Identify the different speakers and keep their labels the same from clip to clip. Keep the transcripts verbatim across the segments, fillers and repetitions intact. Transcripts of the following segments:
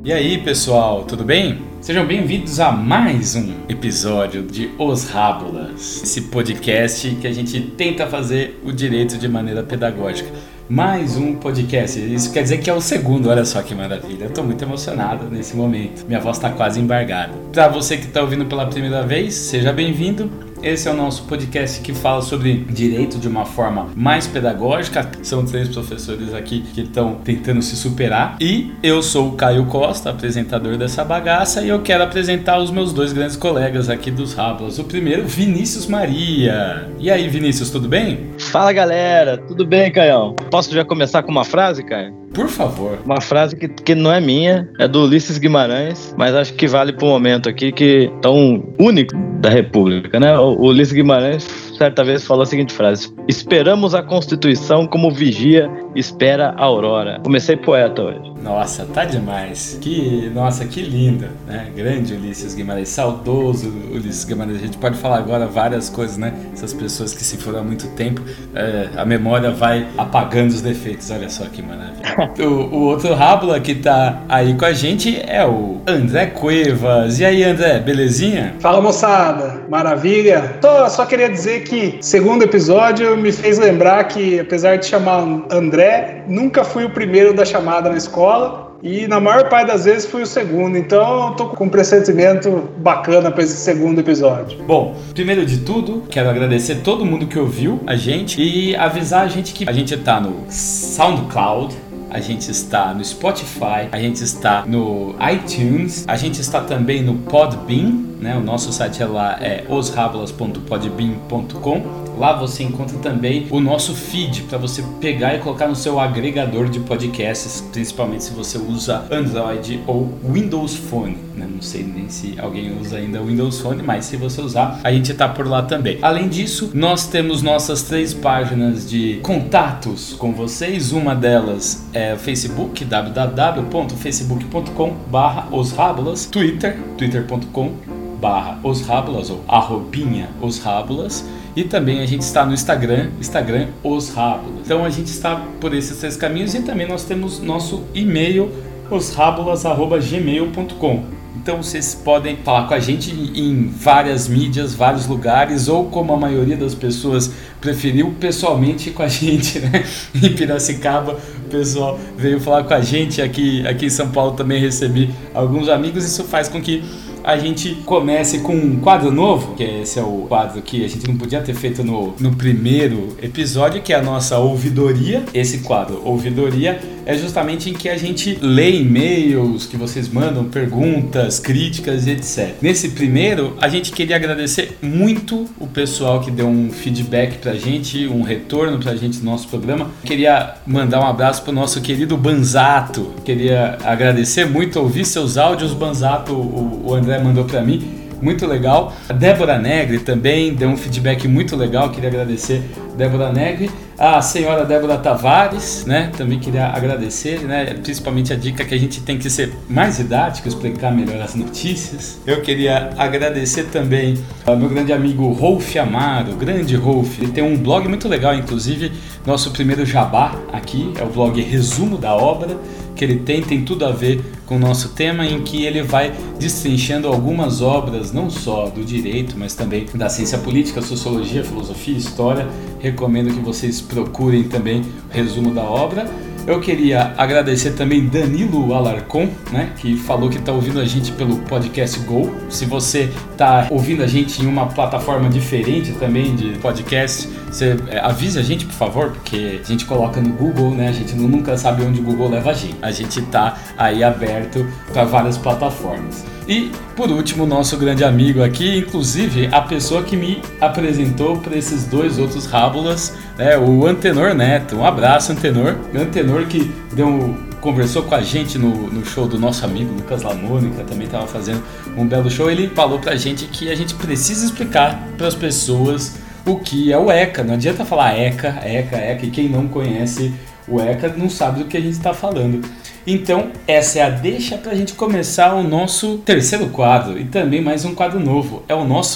Speaker 1: E aí, pessoal, tudo bem? Sejam bem-vindos a mais um episódio de Os Rábulas, esse podcast que a gente tenta fazer o direito de maneira pedagógica. Mais um podcast, isso quer dizer que é o segundo, olha só que maravilha. Eu tô muito emocionado nesse momento, minha voz tá quase embargada. Pra você que tá ouvindo pela primeira vez, seja bem-vindo. Esse é o nosso podcast que fala sobre direito de uma forma mais pedagógica. São três professores aqui que estão tentando se superar. E eu sou o Caio Costa, apresentador dessa bagaça, e eu quero apresentar os meus dois grandes colegas aqui dos Rábulas. O primeiro, Vinícius Maria. E aí, Vinícius, tudo bem?
Speaker 2: Fala, galera. Tudo bem, Caião? Posso já começar com uma frase, Caio?
Speaker 1: Por favor.
Speaker 2: Uma frase que, que não é minha, é do Ulisses Guimarães, mas acho que vale para o momento aqui, que é tão único da República, né? O, o Ulisses Guimarães certa vez falou a seguinte frase: esperamos a Constituição como vigia espera a aurora. Comecei poeta hoje.
Speaker 1: Nossa, tá demais. Que, nossa, que lindo, né? Grande Ulisses Guimarães, saudoso Ulisses Guimarães. A gente pode falar agora várias coisas, né? Essas pessoas que se foram há muito tempo, é, a memória vai apagando os defeitos. Olha só que maravilha. o, o outro Rábula que tá aí com a gente é o André Cuevas. E aí, André, belezinha?
Speaker 3: Fala, moçada. Maravilha. Só, só queria dizer que segundo episódio me fez lembrar que, apesar de chamar André, nunca fui o primeiro da chamada na escola. E na maior parte das vezes fui o segundo, então eu tô com um pressentimento bacana para esse segundo episódio.
Speaker 1: Bom, primeiro de tudo, quero agradecer todo mundo que ouviu a gente e avisar a gente que a gente tá no SoundCloud, a gente está no Spotify, a gente está no iTunes, a gente está também no Podbean, né? O nosso site é lá, é os rabulas ponto podbean ponto com. Lá você encontra também o nosso feed para você pegar e colocar no seu agregador de podcasts, principalmente se você usa Android ou Windows Phone, né? Não sei nem se alguém usa ainda Windows Phone, mas se você usar, a gente tá por lá também. Além disso, nós temos nossas três páginas de contatos com vocês. Uma delas é o Facebook, w w w ponto facebook ponto com barra os rábulas, Twitter, twitter ponto com barra os rábulas ou arrobinha os rábulas. E também a gente está no Instagram, Instagram Os Rábulas. Então a gente está por esses três caminhos e também nós temos nosso e-mail, os rábulas arroba gmail ponto com. Então vocês podem falar com a gente em várias mídias, vários lugares, ou como a maioria das pessoas preferiu, pessoalmente com a gente, né? Em Piracicaba, o pessoal veio falar com a gente. Aqui, aqui em São Paulo também recebi alguns amigos. Isso faz com que a gente comece com um quadro novo, que esse é o quadro que a gente não podia ter feito no, no primeiro episódio, que é a nossa ouvidoria. Esse quadro, ouvidoria, é justamente em que a gente lê e-mails que vocês mandam, perguntas, críticas, etcétera. Nesse primeiro, a gente queria agradecer muito o pessoal que deu um feedback pra gente, um retorno pra gente do nosso programa. Queria mandar um abraço pro nosso querido Banzato. Queria agradecer muito, ouvir seus áudios, Banzato, o, o André mandou pra mim, muito legal. A Débora Negri também deu um feedback muito legal, queria agradecer Débora Negri. A senhora Débora Tavares, né, também queria agradecer, né, principalmente a dica que a gente tem que ser mais didático, explicar melhor as notícias. Eu queria agradecer também ao meu grande amigo Rolf Amaro, grande Rolf. Ele tem um blog muito legal, inclusive nosso primeiro jabá aqui é o blog Resumo da Obra, que ele tem, tem tudo a ver com o nosso tema, em que ele vai destrinchando algumas obras, não só do direito, mas também da ciência política, sociologia, filosofia, história. Recomendo que vocês procurem também o resumo da obra. Eu queria agradecer também Danilo Alarcon, né, que falou que está ouvindo a gente pelo Podcast Go. Se você está ouvindo a gente em uma plataforma diferente também de podcast, você é, avise a gente, por favor, porque a gente coloca no Google, né? A gente nunca sabe onde o Google leva a gente. A gente está aí aberto para várias plataformas. E, por último, nosso grande amigo aqui, inclusive a pessoa que me apresentou para esses dois outros Rábulas, né, o Antenor Neto. Um abraço, Antenor. Antenor que deu, conversou com a gente no, no show do nosso amigo Lucas Lamônica, também estava fazendo um belo show. Ele falou para a gente que a gente precisa explicar para as pessoas o que é o ECA. Não adianta falar ECA, ECA, ECA, e quem não conhece o ECA não sabe do que a gente está falando. Então, essa é a deixa para a gente começar o nosso terceiro quadro e também mais um quadro novo. É o nosso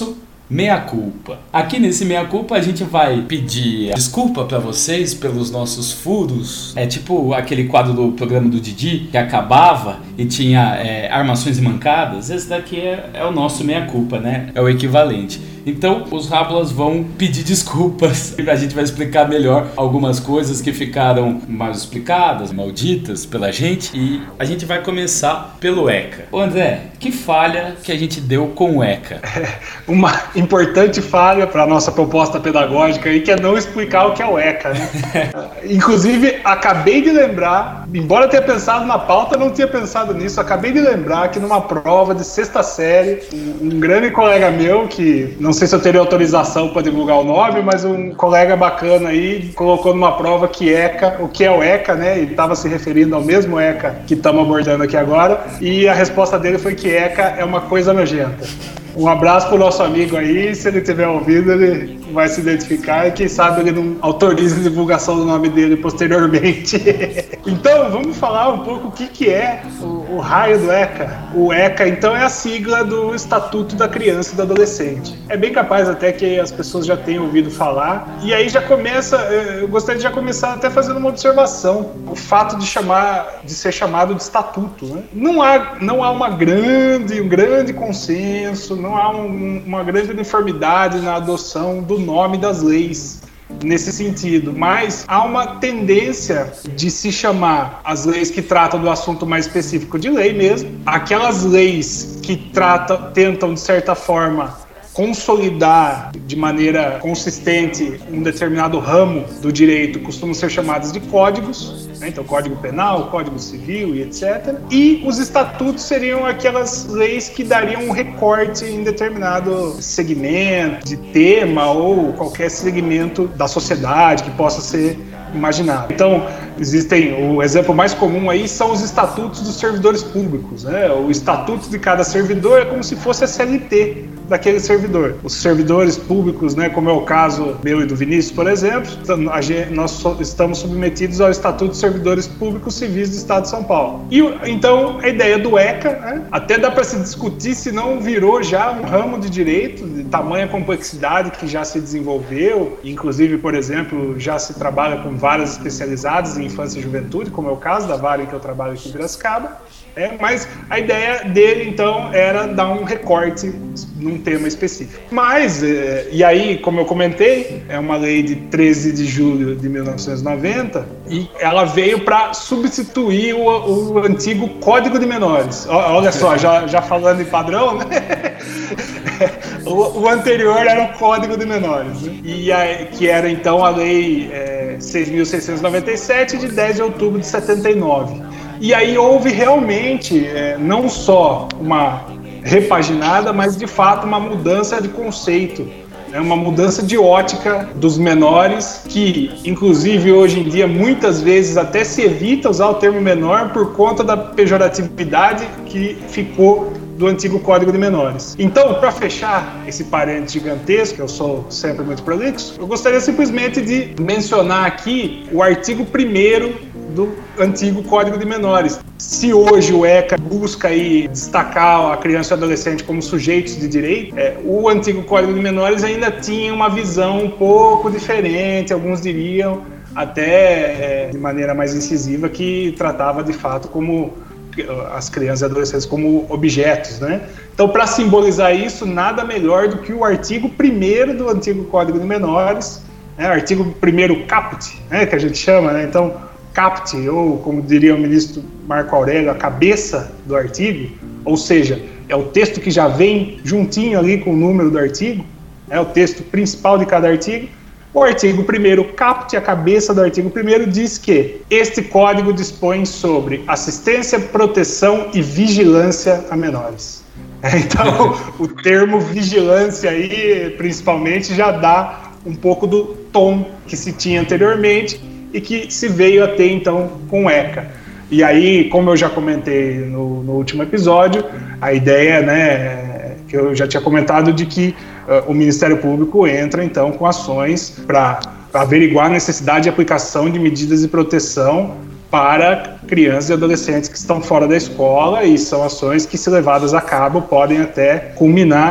Speaker 1: Meia Culpa. Aqui nesse Meia Culpa a gente vai pedir desculpa pra vocês pelos nossos furos. É tipo aquele quadro do programa do Didi que acabava e tinha é, armações e mancadas. Esse daqui é, é o nosso Meia Culpa, né? É o equivalente. Então os Rábulas vão pedir desculpas. A gente vai explicar melhor algumas coisas que ficaram mal explicadas, malditas pela gente. E a gente vai começar pelo ECA. Ô André, que falha que a gente deu com o ECA?
Speaker 3: Uma importante falha para a nossa proposta pedagógica aí, que é não explicar o que é o ECA, né? Inclusive, acabei de lembrar, embora eu tenha pensado na pauta, não tinha pensado nisso, acabei de lembrar que numa prova de sexta série, um, um grande colega meu, que não sei se eu teria autorização para divulgar o nome, mas um colega bacana aí colocou numa prova que ECA, o que é o ECA, né? Ele estava se referindo ao mesmo ECA que estamos abordando aqui agora, e a resposta dele foi que ECA é uma coisa nojenta. Um abraço pro nosso amigo aí, se ele tiver ouvido, ele vai se identificar e quem sabe ele não autoriza a divulgação do nome dele posteriormente. Então, vamos falar um pouco o que, que é o, o raio do ECA. O ECA, então, é a sigla do Estatuto da Criança e do Adolescente. É bem capaz até que as pessoas já tenham ouvido falar. E aí já começa, eu gostaria de já começar até fazendo uma observação. O fato de chamar, de ser chamado de estatuto, né? Não há, não há uma grande, um grande consenso, não há um, uma grande uniformidade na adoção do nome das leis nesse sentido, mas há uma tendência de se chamar as leis que tratam do assunto mais específico de lei mesmo, aquelas leis que tratam, tentam de certa forma consolidar de maneira consistente um determinado ramo do direito costumam ser chamadas de códigos, né? Então Código Penal, Código Civil e etcétera. E os estatutos seriam aquelas leis que dariam um recorte em determinado segmento de tema ou qualquer segmento da sociedade que possa ser imaginado. Então, existem, o exemplo mais comum aí são os estatutos dos servidores públicos, né? O estatuto de cada servidor é como se fosse a C L T daquele servidor. Os servidores públicos, né, como é o caso meu e do Vinícius, por exemplo, a gente, nós estamos submetidos ao Estatuto dos Servidores Públicos Civis do Estado de São Paulo. E então, a ideia do ECA, né, até dá para se discutir se não virou já um ramo de direito de tamanha complexidade que já se desenvolveu, inclusive, por exemplo, já se trabalha com várias especializadas em infância e juventude, como é o caso da vara em que eu trabalho aqui em Piracicaba. É, mas a ideia dele, então, era dar um recorte num tema específico. Mas, é, e aí, como eu comentei, é uma lei de treze de julho de mil novecentos e noventa e ela veio para substituir o, o antigo Código de Menores. Olha só, já, já falando em padrão, né? O, o anterior era o Código de Menores, né? E a, que era, então, a lei é, seis mil seiscentos e noventa e sete de dez de outubro de setenta e nove. E aí houve realmente é, não só uma repaginada, mas de fato uma mudança de conceito, né? Uma mudança de ótica dos menores, que inclusive hoje em dia muitas vezes até se evita usar o termo menor por conta da pejoratividade que ficou do antigo Código de Menores. Então, para fechar esse parênteses gigantesco, eu sou sempre muito prolixo, eu gostaria simplesmente de mencionar aqui o artigo primeiro do antigo Código de Menores. Se hoje o ECA busca aí destacar a criança e o adolescente como sujeitos de direito, é, o antigo Código de Menores ainda tinha uma visão um pouco diferente, alguns diriam até é, de maneira mais incisiva, que tratava de fato como as crianças e adolescentes como objetos, né? Então, para simbolizar isso, nada melhor do que o artigo primeiro do antigo Código de Menores, né? O artigo primeiro caput, né? Que a gente chama, né? Então, caput, ou como diria o ministro Marco Aurélio, a cabeça do artigo, ou seja, é o texto que já vem juntinho ali com o número do artigo, é o texto principal de cada artigo. O artigo primeiro caput, a cabeça do artigo primeiro, diz que este código dispõe sobre assistência, proteção e vigilância a menores. Então, o termo vigilância aí, principalmente, já dá um pouco do tom que se tinha anteriormente e que se veio a ter, então, com o ECA. E aí, como eu já comentei no, no último episódio, a ideia, né, que eu já tinha comentado, de que uh, o Ministério Público entra, então, com ações para averiguar a necessidade de aplicação de medidas de proteção para crianças e adolescentes que estão fora da escola, e são ações que, se levadas a cabo, podem até culminar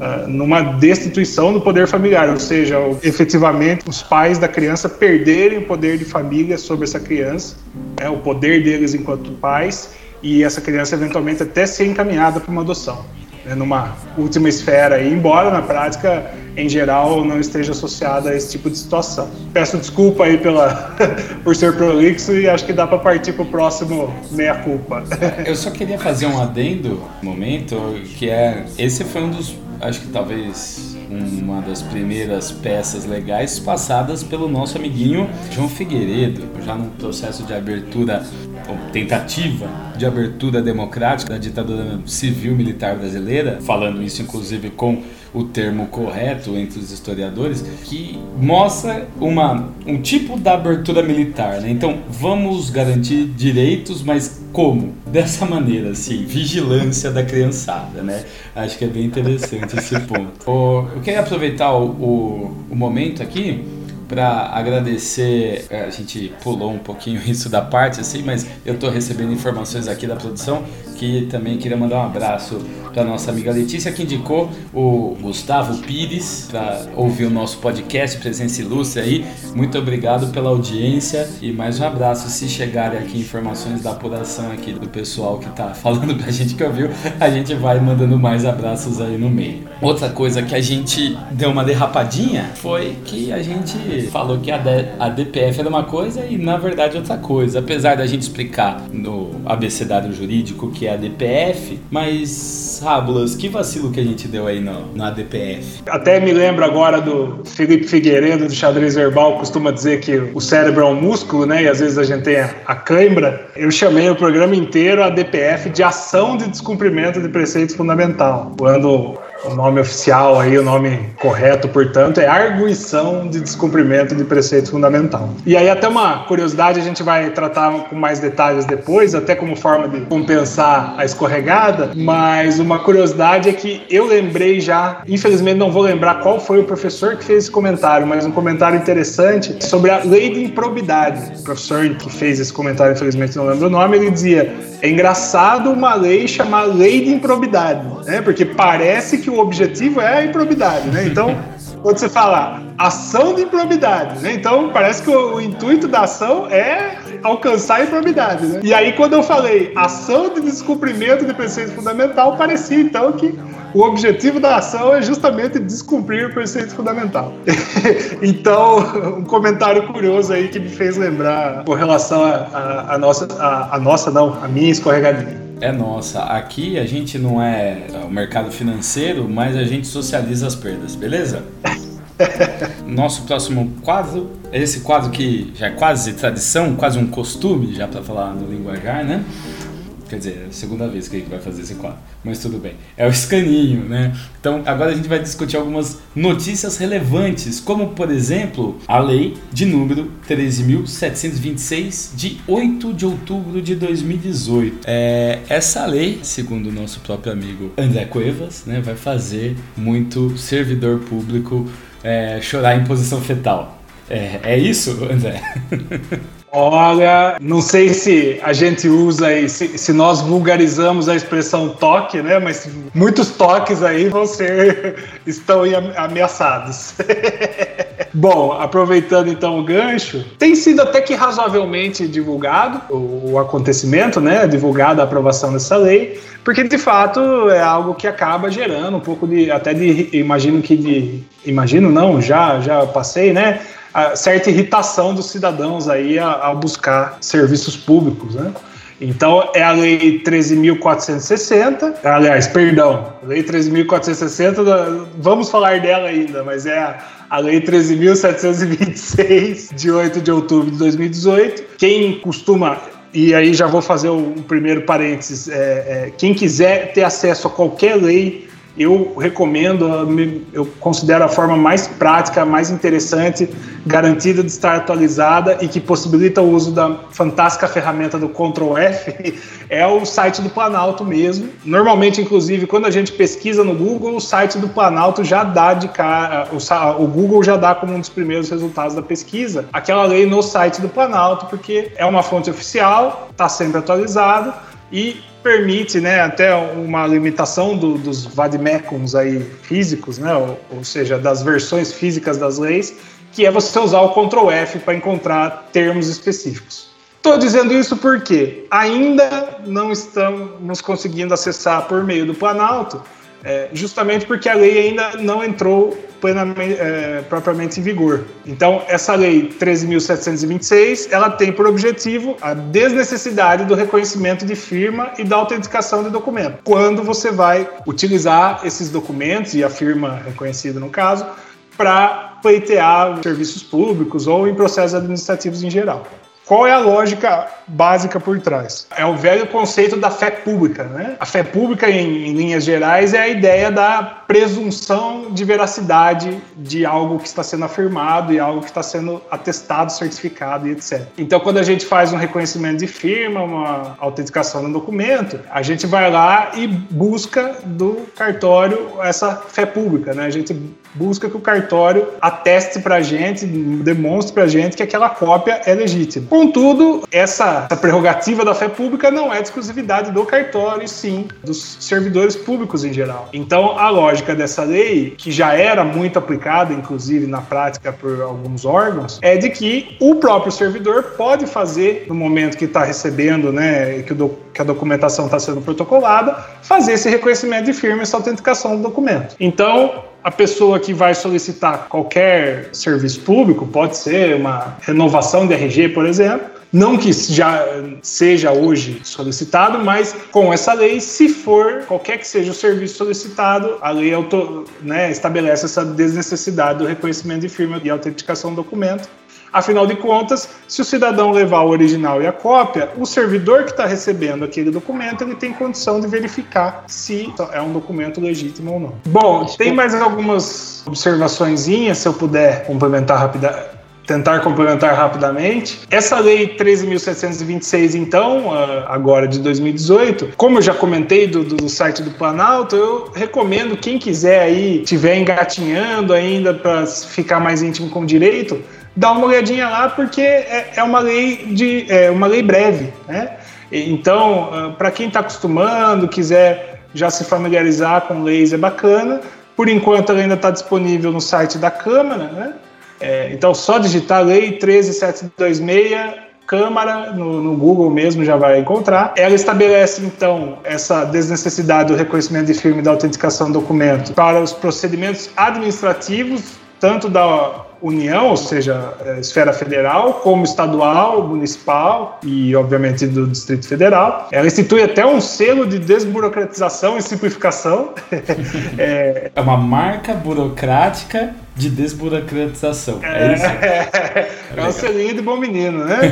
Speaker 3: uh, numa destituição do poder familiar, ou seja, efetivamente os pais da criança perderem o poder de família sobre essa criança, né, o poder deles enquanto pais, e essa criança eventualmente até ser encaminhada para uma adoção, né, numa última esfera, aí, embora na prática, em geral, não esteja associada a esse tipo de situação. Peço desculpa aí pela, por ser prolixo e acho que dá para partir para o próximo meia-culpa.
Speaker 1: Eu só queria fazer um adendo no momento, que é, esse foi um dos, acho que talvez uma das primeiras peças legais passadas pelo nosso amiguinho João Figueiredo, já num processo de abertura, ou tentativa de abertura democrática da ditadura civil-militar brasileira, falando isso inclusive com o termo correto entre os historiadores, que mostra uma, um tipo da abertura militar, né? Então, vamos garantir direitos, mas como? Dessa maneira, assim, vigilância da criançada, né? Acho que é bem interessante esse ponto. O, eu queria aproveitar o, o, o momento aqui para agradecer, a gente pulou um pouquinho isso da parte, assim, mas eu estou recebendo informações aqui da produção que também queria mandar um abraço para nossa amiga Letícia, que indicou o Gustavo Pires para ouvir o nosso podcast Presença Ilustre aí. Muito obrigado pela audiência e mais um abraço. Se chegarem aqui informações da apuração aqui do pessoal que tá falando pra gente que ouviu, a gente vai mandando mais abraços aí no meio. Outra coisa que a gente deu uma derrapadinha foi que a gente falou que a, D- a D P F era uma coisa e na verdade outra coisa. Apesar da gente explicar no abecedário jurídico que é a D P F, mas Rábulas, que vacilo que a gente deu aí no, no A D P F.
Speaker 3: Até me lembro agora do Felipe Figueiredo, do Xadrez Verbal, costuma dizer que o cérebro é um músculo, né? E às vezes a gente tem a, a cãibra. Eu chamei o programa inteiro a D P F de ação de descumprimento de preceito fundamental, quando o nome oficial aí, o nome correto, portanto, é arguição de descumprimento de preceito fundamental. E aí até uma curiosidade, a gente vai tratar com mais detalhes depois, até como forma de compensar a escorregada, mas uma curiosidade é que eu lembrei já, infelizmente não vou lembrar qual foi o professor que fez esse comentário, mas um comentário interessante sobre a lei de improbidade. O professor que fez esse comentário, infelizmente não lembro o nome, ele dizia: é engraçado uma lei chamar lei de improbidade, né? Porque parece que o objetivo é a improbidade, né? Então, quando você fala ação de improbidade, né? Então, parece que o, o intuito da ação é alcançar a improbidade, né? E aí, quando eu falei ação de descumprimento de preceito fundamental, parecia, então, que o objetivo da ação é justamente descumprir o preceito fundamental. Então, um comentário curioso aí que me fez lembrar com relação a, a, a nossa, a, a nossa, não, a minha escorregadinha.
Speaker 1: É nossa, aqui a gente não é o mercado financeiro, mas a gente socializa as perdas, beleza? Nosso próximo quadro, esse quadro que já é quase tradição, quase um costume, já para falar no linguajar, né? Quer dizer, é a segunda vez que a gente vai fazer esse quadro, mas tudo bem. É o escaninho, né? Então, agora a gente vai discutir algumas notícias relevantes, como, por exemplo, a lei de número treze mil setecentos e vinte e seis, de oito de outubro de dois mil e dezoito. É, essa lei, segundo o nosso próprio amigo André Cuevas, né, vai fazer muito servidor público é, chorar em posição fetal. É, é isso, André?
Speaker 3: Olha, não sei se a gente usa aí, se, se nós vulgarizamos a expressão toque, né? Mas muitos toques aí vão ser, estão ameaçados. Bom, aproveitando então o gancho, tem sido até que razoavelmente divulgado o, o acontecimento, né? Divulgada a aprovação dessa lei, porque de fato é algo que acaba gerando um pouco de, até de, imagino que de, imagino não, já, já passei, né? A certa irritação dos cidadãos aí ao buscar serviços públicos, né? Então, é a Lei treze mil quatrocentos e sessenta, aliás, perdão, Lei treze mil quatrocentos e sessenta, vamos falar dela ainda, mas é a, a Lei treze mil setecentos e vinte e seis, de oito de outubro de dois mil e dezoito. Quem costuma, e aí já vou fazer o, o primeiro parênteses, é, é, quem quiser ter acesso a qualquer lei, eu recomendo, eu considero a forma mais prática, mais interessante, garantida de estar atualizada e que possibilita o uso da fantástica ferramenta do control F, é o site do Planalto mesmo. Normalmente, inclusive, quando a gente pesquisa no Google, o site do Planalto já dá de cara, o Google já dá como um dos primeiros resultados da pesquisa aquela lei no site do Planalto, porque é uma fonte oficial, está sempre atualizado e permite, né, até uma limitação do, dos vademecums aí físicos, né, ou, ou seja, das versões físicas das leis, que é você usar o control F para encontrar termos específicos. Estou dizendo isso porque ainda não estamos conseguindo acessar por meio do Planalto, é, justamente porque a lei ainda não entrou plenamente, é, propriamente em vigor. Então, essa lei treze mil setecentos e vinte e seis, ela tem por objetivo a desnecessidade do reconhecimento de firma e da autenticação de documento. Quando você vai utilizar esses documentos, e a firma reconhecida no caso, para pleitear serviços públicos ou em processos administrativos em geral. Qual é a lógica básica por trás? É o velho conceito da fé pública, né? A fé pública, em, em linhas gerais, é a ideia da presunção de veracidade de algo que está sendo afirmado e algo que está sendo atestado, certificado e etcétera. Então, quando a gente faz um reconhecimento de firma, uma autenticação no documento, a gente vai lá e busca do cartório essa fé pública, né? A gente busca que o cartório ateste para a gente, demonstre para a gente que aquela cópia é legítima. Contudo, essa, essa prerrogativa da fé pública não é de exclusividade do cartório, e sim dos servidores públicos em geral. Então, a lógica dessa lei, que já era muito aplicada, inclusive na prática por alguns órgãos, é de que o próprio servidor pode fazer, no momento que está recebendo, né, que, o do, que a documentação está sendo protocolada, fazer esse reconhecimento de firma e essa autenticação do documento. Então, a pessoa que vai solicitar qualquer serviço público, pode ser uma renovação de R G, por exemplo, não que já seja hoje solicitado, mas com essa lei, se for qualquer que seja o serviço solicitado, a lei auto, né, estabelece essa desnecessidade do reconhecimento de firma e autenticação do documento. Afinal de contas, se o cidadão levar o original e a cópia, o servidor que está recebendo aquele documento, ele tem condição de verificar se é um documento legítimo ou não. Bom, tem mais algumas observaçõezinhas, se eu puder complementar rapidamente. Tentar complementar rapidamente. Essa lei treze mil setecentos e vinte e seis, então, agora de dois mil e dezoito, como eu já comentei do, do site do Planalto, eu recomendo quem quiser aí, estiver engatinhando ainda para ficar mais íntimo com o direito, dá uma olhadinha lá, porque é, é uma lei de, é uma lei breve, né? Então, para quem está acostumando, quiser já se familiarizar com leis, é bacana. Por enquanto, ela ainda está disponível no site da Câmara, né? É, então, só digitar lei treze mil setecentos e vinte e seis, Câmara, no, no Google mesmo já vai encontrar. Ela estabelece, então, essa desnecessidade do reconhecimento de firma e da autenticação do documento para os procedimentos administrativos, tanto da União, ou seja, esfera federal, como estadual, municipal e, obviamente, do Distrito Federal. Ela institui até um selo de desburocratização e simplificação.
Speaker 1: é... é uma marca burocrática de desburocratização. É, é isso?
Speaker 3: É, é um selinho de bom menino, né?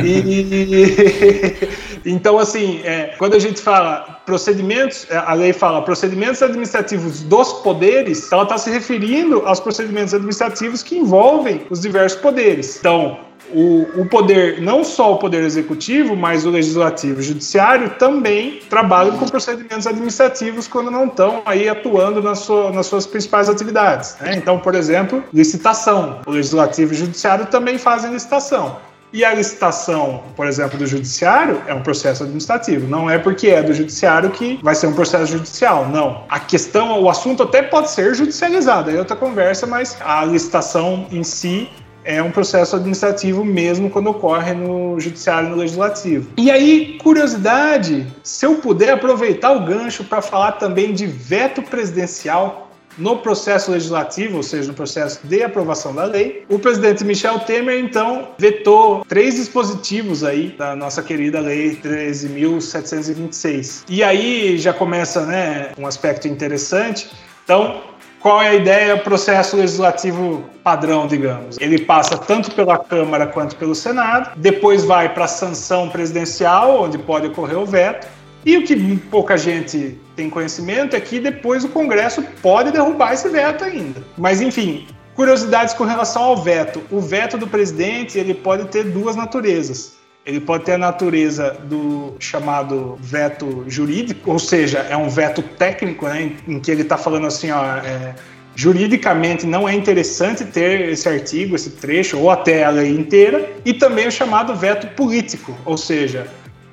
Speaker 3: E, então, assim, é, quando a gente fala procedimentos, a lei fala procedimentos administrativos dos poderes, ela está se referindo aos procedimentos administrativos que envolvem os diversos poderes. Então, O, o poder, não só o poder executivo, mas o legislativo e o judiciário também trabalham com procedimentos administrativos quando não estão aí atuando na sua, nas suas principais atividades, né? Então, por exemplo, licitação. O legislativo e o judiciário também fazem licitação. E a licitação, por exemplo, do judiciário é um processo administrativo. Não é porque é do judiciário que vai ser um processo judicial, não. A questão, o assunto até pode ser judicializado, aí é outra conversa, mas a licitação em si é um processo administrativo mesmo quando ocorre no judiciário e no legislativo. E aí, curiosidade, se eu puder aproveitar o gancho para falar também de veto presidencial no processo legislativo, ou seja, no processo de aprovação da lei, o presidente Michel Temer, então, vetou três dispositivos aí da nossa querida lei treze mil setecentos e vinte e seis. E aí já começa, né, um aspecto interessante. Então, qual é a ideia? O processo legislativo padrão, digamos. Ele passa tanto pela Câmara quanto pelo Senado, depois vai para a sanção presidencial, onde pode ocorrer o veto, e o que pouca gente tem conhecimento é que depois o Congresso pode derrubar esse veto ainda. Mas, enfim, curiosidades com relação ao veto. O veto do presidente, ele pode ter duas naturezas. Ele pode ter a natureza do chamado veto jurídico, ou seja, é um veto técnico, né, em, em que ele está falando assim, ó, é, juridicamente não é interessante ter esse artigo, esse trecho, ou até a lei inteira, e também o chamado veto político, ou seja,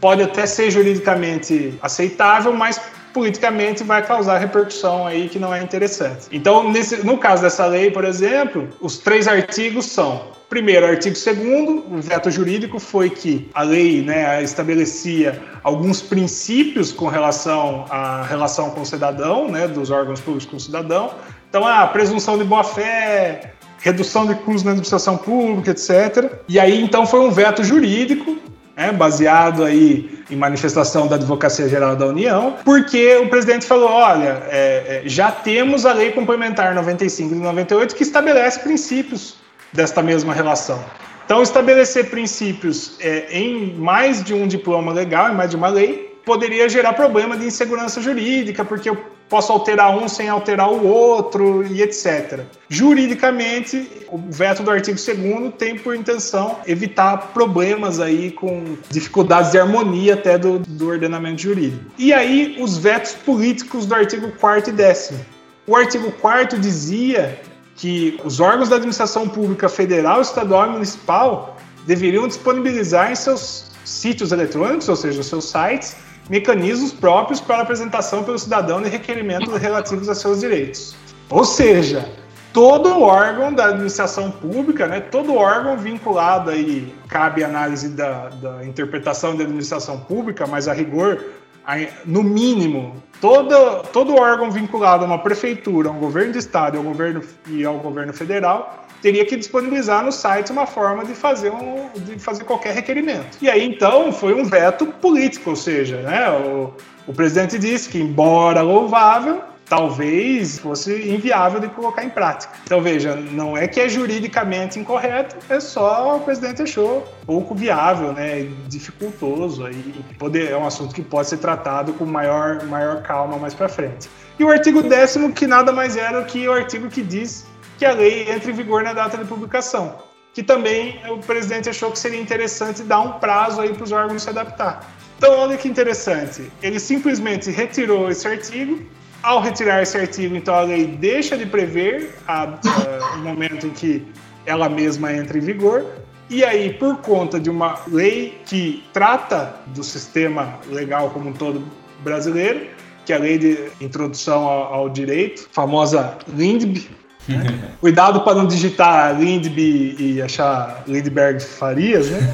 Speaker 3: pode até ser juridicamente aceitável, mas politicamente vai causar repercussão aí que não é interessante. Então, nesse, no caso dessa lei, por exemplo, os três artigos são: primeiro, artigo segundo, o veto jurídico foi que a lei, né, estabelecia alguns princípios com relação à relação com o cidadão, né, dos órgãos públicos com o cidadão. Então, a presunção de boa-fé, redução de custos na administração pública, etcétera. E aí, então, foi um veto jurídico, né, baseado aí em manifestação da Advocacia Geral da União, porque o presidente falou, olha, é, é, já temos a Lei Complementar noventa e cinco de noventa e oito que estabelece princípios desta mesma relação. Então, estabelecer princípios é, em mais de um diploma legal, em mais de uma lei, poderia gerar problema de insegurança jurídica, porque eu posso alterar um sem alterar o outro, e etcétera. Juridicamente, o veto do artigo segundo tem por intenção evitar problemas aí com dificuldades de harmonia até do, do ordenamento jurídico. E aí, os vetos políticos do artigo quarto e décimo. O artigo quarto dizia que os órgãos da administração pública federal, estadual e municipal deveriam disponibilizar em seus sítios eletrônicos, ou seja, os seus sites, mecanismos próprios para apresentação pelo cidadão de requerimentos relativos a seus direitos. Ou seja, todo órgão da administração pública, né, todo órgão vinculado aí, cabe análise da, da interpretação da administração pública, mas a rigor, no mínimo, todo, todo órgão vinculado a uma prefeitura, a um governo de estado ao governo, e ao governo federal teria que disponibilizar no site uma forma de fazer, um, de fazer qualquer requerimento. E aí, então, foi um veto político, ou seja, né, o, o presidente disse que, embora louvável, talvez fosse inviável de colocar em prática. Então, veja, não é que é juridicamente incorreto, é só o presidente achou pouco viável, né, dificultoso. Aí poder, é um assunto que pode ser tratado com maior, maior calma mais para frente. E o artigo décimo, que nada mais era do que o artigo que diz que a lei entra em vigor na data de publicação, que também o presidente achou que seria interessante dar um prazo aí para os órgãos se adaptar. Então, olha que interessante, ele simplesmente retirou esse artigo. Ao retirar esse artigo, então, a lei deixa de prever a, a, o momento em que ela mesma entra em vigor, e aí, por conta de uma lei que trata do sistema legal como um todo brasileiro, que é a Lei de Introdução ao, ao Direito, famosa Lindb, né? Cuidado para não digitar Lindb e achar Lindbergh Farias, né?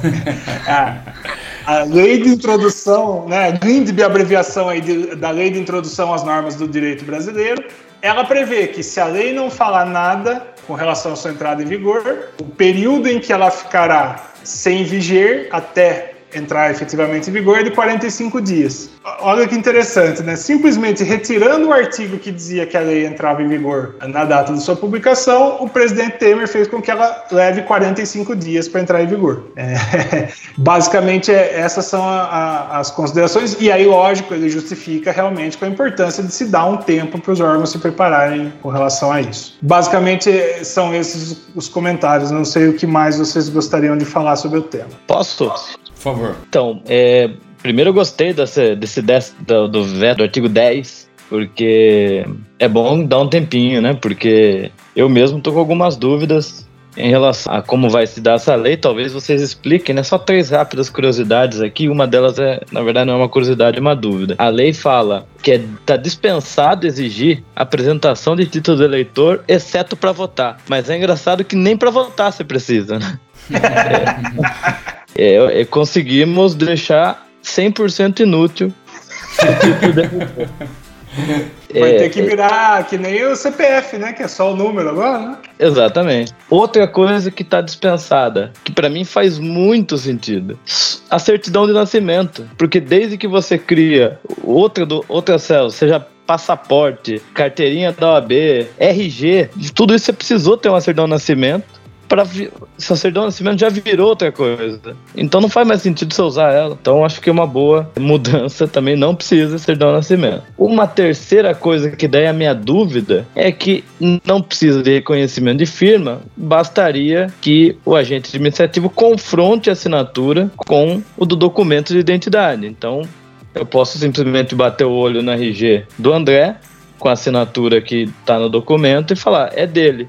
Speaker 3: A, a Lei de Introdução, né? Lindb, abreviação aí de, da Lei de Introdução às Normas do Direito Brasileiro, ela prevê que se a lei não falar nada com relação à sua entrada em vigor, o período em que ela ficará sem viger até entrar efetivamente em vigor é de quarenta e cinco dias. Olha que interessante, né? Simplesmente retirando o artigo que dizia que a lei entrava em vigor na data de sua publicação, o presidente Temer fez com que ela leve quarenta e cinco dias para entrar em vigor. É, basicamente, é, essas são a, a, as considerações, e aí, lógico, ele justifica realmente com a importância de se dar um tempo para os órgãos se prepararem com relação a isso. Basicamente, são esses os comentários. Não sei o que mais vocês gostariam de falar sobre o tema.
Speaker 2: Posso?
Speaker 1: Por favor.
Speaker 2: Então, é, primeiro eu gostei desse, desse dez, do, do veto do artigo dez, porque é bom dar um tempinho, né? Porque eu mesmo tô com algumas dúvidas em relação a como vai se dar essa lei. Talvez vocês expliquem, né? Só três rápidas curiosidades aqui. Uma delas é, na verdade, não é uma curiosidade, é uma dúvida. A lei fala que é, tá dispensado exigir apresentação de título de eleitor, exceto para votar. Mas é engraçado que nem para votar você precisa, né? é. É, é, conseguimos deixar cem por cento inútil o tipo de...
Speaker 3: Vai é, ter que virar que nem o C P F, né? Que é só o número agora, né?
Speaker 2: Exatamente. Outra coisa que está dispensada, que para mim faz muito sentido, a certidão de nascimento. Porque desde que você cria outra, do, outra célula, seja passaporte, carteirinha da O A B, R G, tudo isso você precisou ter uma certidão de nascimento. Para essa certidão de nascimento já virou outra coisa. Então não faz mais sentido você usar ela. Então acho que é uma boa mudança também. Não precisa de certidão de nascimento. Uma terceira coisa que daí a minha dúvida é que não precisa de reconhecimento de firma. Bastaria que o agente administrativo confronte a assinatura com o do documento de identidade. Então eu posso simplesmente bater o olho no R G do André com a assinatura que está no documento e falar, é dele.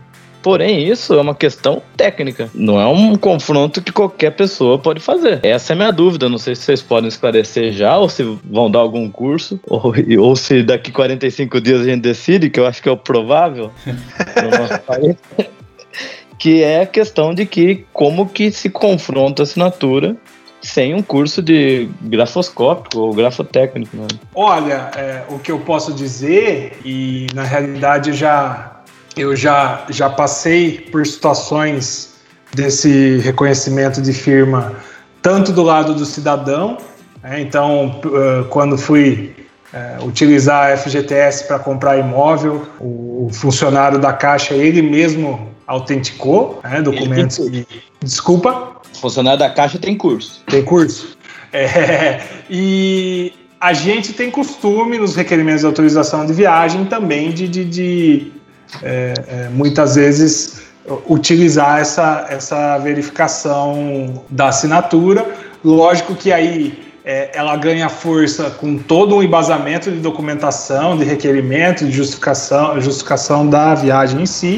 Speaker 2: Porém, isso é uma questão técnica. Não é um confronto que qualquer pessoa pode fazer. Essa é a minha dúvida. Não sei se vocês podem esclarecer já, ou se vão dar algum curso, ou, ou se daqui quarenta e cinco dias a gente decide, que eu acho que é o provável no nosso país. Que é a questão de que como que se confronta a assinatura sem um curso de grafoscópico ou grafotécnico. Né?
Speaker 3: Olha, é, o que eu posso dizer, e na realidade já, eu já, já passei por situações desse reconhecimento de firma, tanto do lado do cidadão, né? Então, quando fui é, utilizar a F G T S para comprar imóvel, o, o funcionário da Caixa, ele mesmo autenticou, né, documentos que... Desculpa?
Speaker 2: O funcionário da Caixa tem curso.
Speaker 3: Tem curso. É, e a gente tem costume, nos requerimentos de autorização de viagem, também de, de, de é, é, muitas vezes, utilizar essa, essa verificação da assinatura. Lógico que aí é, ela ganha força com todo um embasamento de documentação, de requerimento, de justificação, justificação da viagem em si.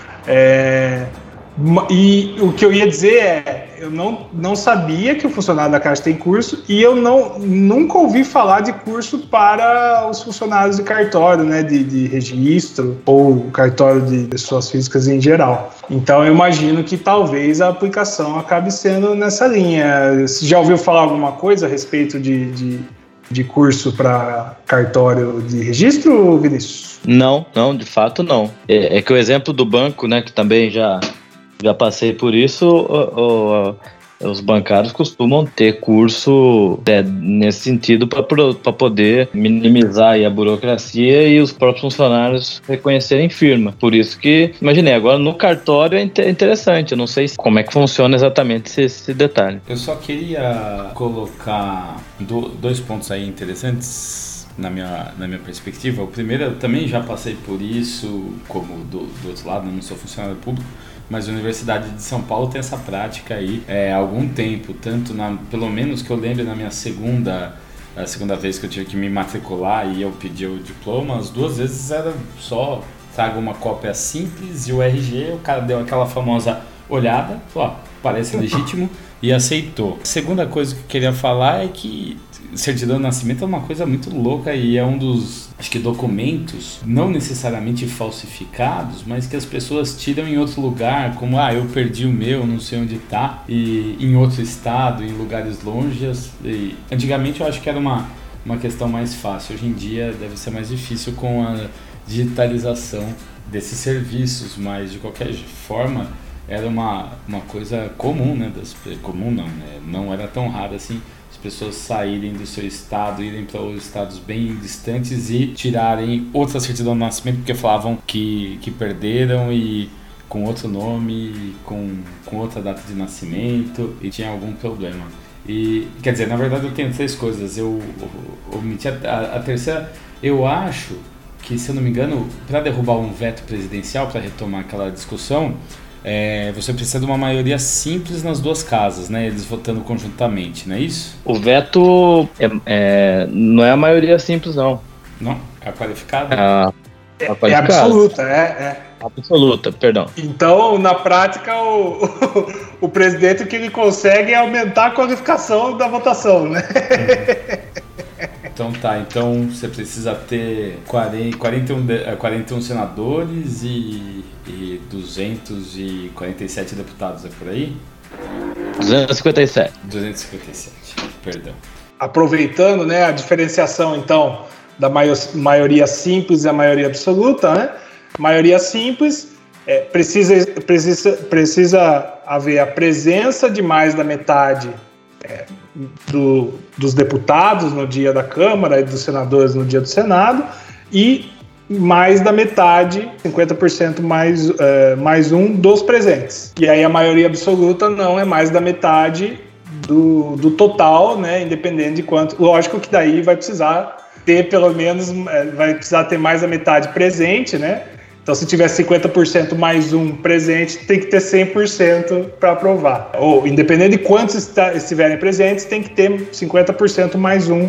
Speaker 3: É, e o que eu ia dizer é, eu não, não sabia que o funcionário da Caixa tem curso, e eu não, nunca ouvi falar de curso para os funcionários de cartório, né, de, de registro ou cartório de pessoas físicas em geral. Então eu imagino que talvez a aplicação acabe sendo nessa linha. Você já ouviu falar alguma coisa a respeito de, de, de curso para cartório de registro, Vinícius?
Speaker 2: Não, não, de fato não. É, é que o exemplo do banco, né, que também já, já passei por isso, o, o, os bancários costumam ter curso é, nesse sentido para poder minimizar aí a burocracia e os próprios funcionários reconhecerem firma. Por isso que, imaginei, agora no cartório é interessante, eu não sei como é que funciona exatamente esse, esse detalhe.
Speaker 1: Eu só queria colocar do, dois pontos aí interessantes na minha, na minha perspectiva. O primeiro, eu também já passei por isso, como do, do outro lado, eu não sou funcionário público, mas a Universidade de São Paulo tem essa prática aí é, há algum tempo, tanto na, pelo menos que eu lembro na minha segunda, a segunda vez que eu tive que me matricular e eu pedi o diploma, as duas vezes era só traga uma cópia simples e o R G, o cara deu aquela famosa olhada, falou, ó, parece legítimo, e aceitou. A segunda coisa que eu queria falar é que certidão de nascimento é uma coisa muito louca e é um dos, acho que, documentos não necessariamente falsificados, mas que as pessoas tiram em outro lugar, como, ah, eu perdi o meu, não sei onde tá, e em outro estado, em lugares longes. E antigamente eu acho que era uma, uma questão mais fácil, hoje em dia deve ser mais difícil com a digitalização desses serviços, mas de qualquer forma era uma, uma coisa comum, né, das, comum não, né, não era tão raro assim, pessoas saírem do seu estado, irem para outros estados bem distantes e tirarem outra certidão de nascimento porque falavam que, que perderam e com outro nome, com, com outra data de nascimento e tinha algum problema. E, quer dizer, na verdade eu tenho três coisas. Eu omiti a, a, a terceira. Eu acho que, se eu não me engano, para derrubar um veto presidencial, para retomar aquela discussão, É, você precisa de uma maioria simples nas duas casas, né? Eles votando conjuntamente, não é isso?
Speaker 2: O veto é, é, não é a maioria simples, não.
Speaker 1: Não? É a qualificada?
Speaker 2: É,
Speaker 3: é, é, é absoluta, é, é.
Speaker 2: Absoluta, perdão.
Speaker 3: Então, na prática, o, o, o presidente, o que ele consegue é aumentar a qualificação da votação, né?
Speaker 1: Então tá, então você precisa ter quarenta, quarenta e um, quarenta e um senadores e, e duzentos e quarenta e sete deputados, é por aí?
Speaker 2: duzentos e cinquenta e sete.
Speaker 1: duzentos e cinquenta e sete, perdão.
Speaker 3: Aproveitando, né, a diferenciação, então, da maioria simples e a maioria absoluta, né? Maioria simples, é, precisa, precisa, precisa haver a presença de mais da metade é, do, dos deputados no dia da Câmara e dos senadores no dia do Senado, e mais da metade, cinquenta por cento mais, é, mais um dos presentes. E aí a maioria absoluta não é mais da metade do, do total, né, independente de quanto. Lógico que daí vai precisar ter pelo menos, é, vai precisar ter mais da metade presente, né? Então, se tiver cinquenta por cento mais um presente, tem que ter cem por cento para aprovar. Ou, independente de quantos estiverem presentes, tem que ter cinquenta por cento mais um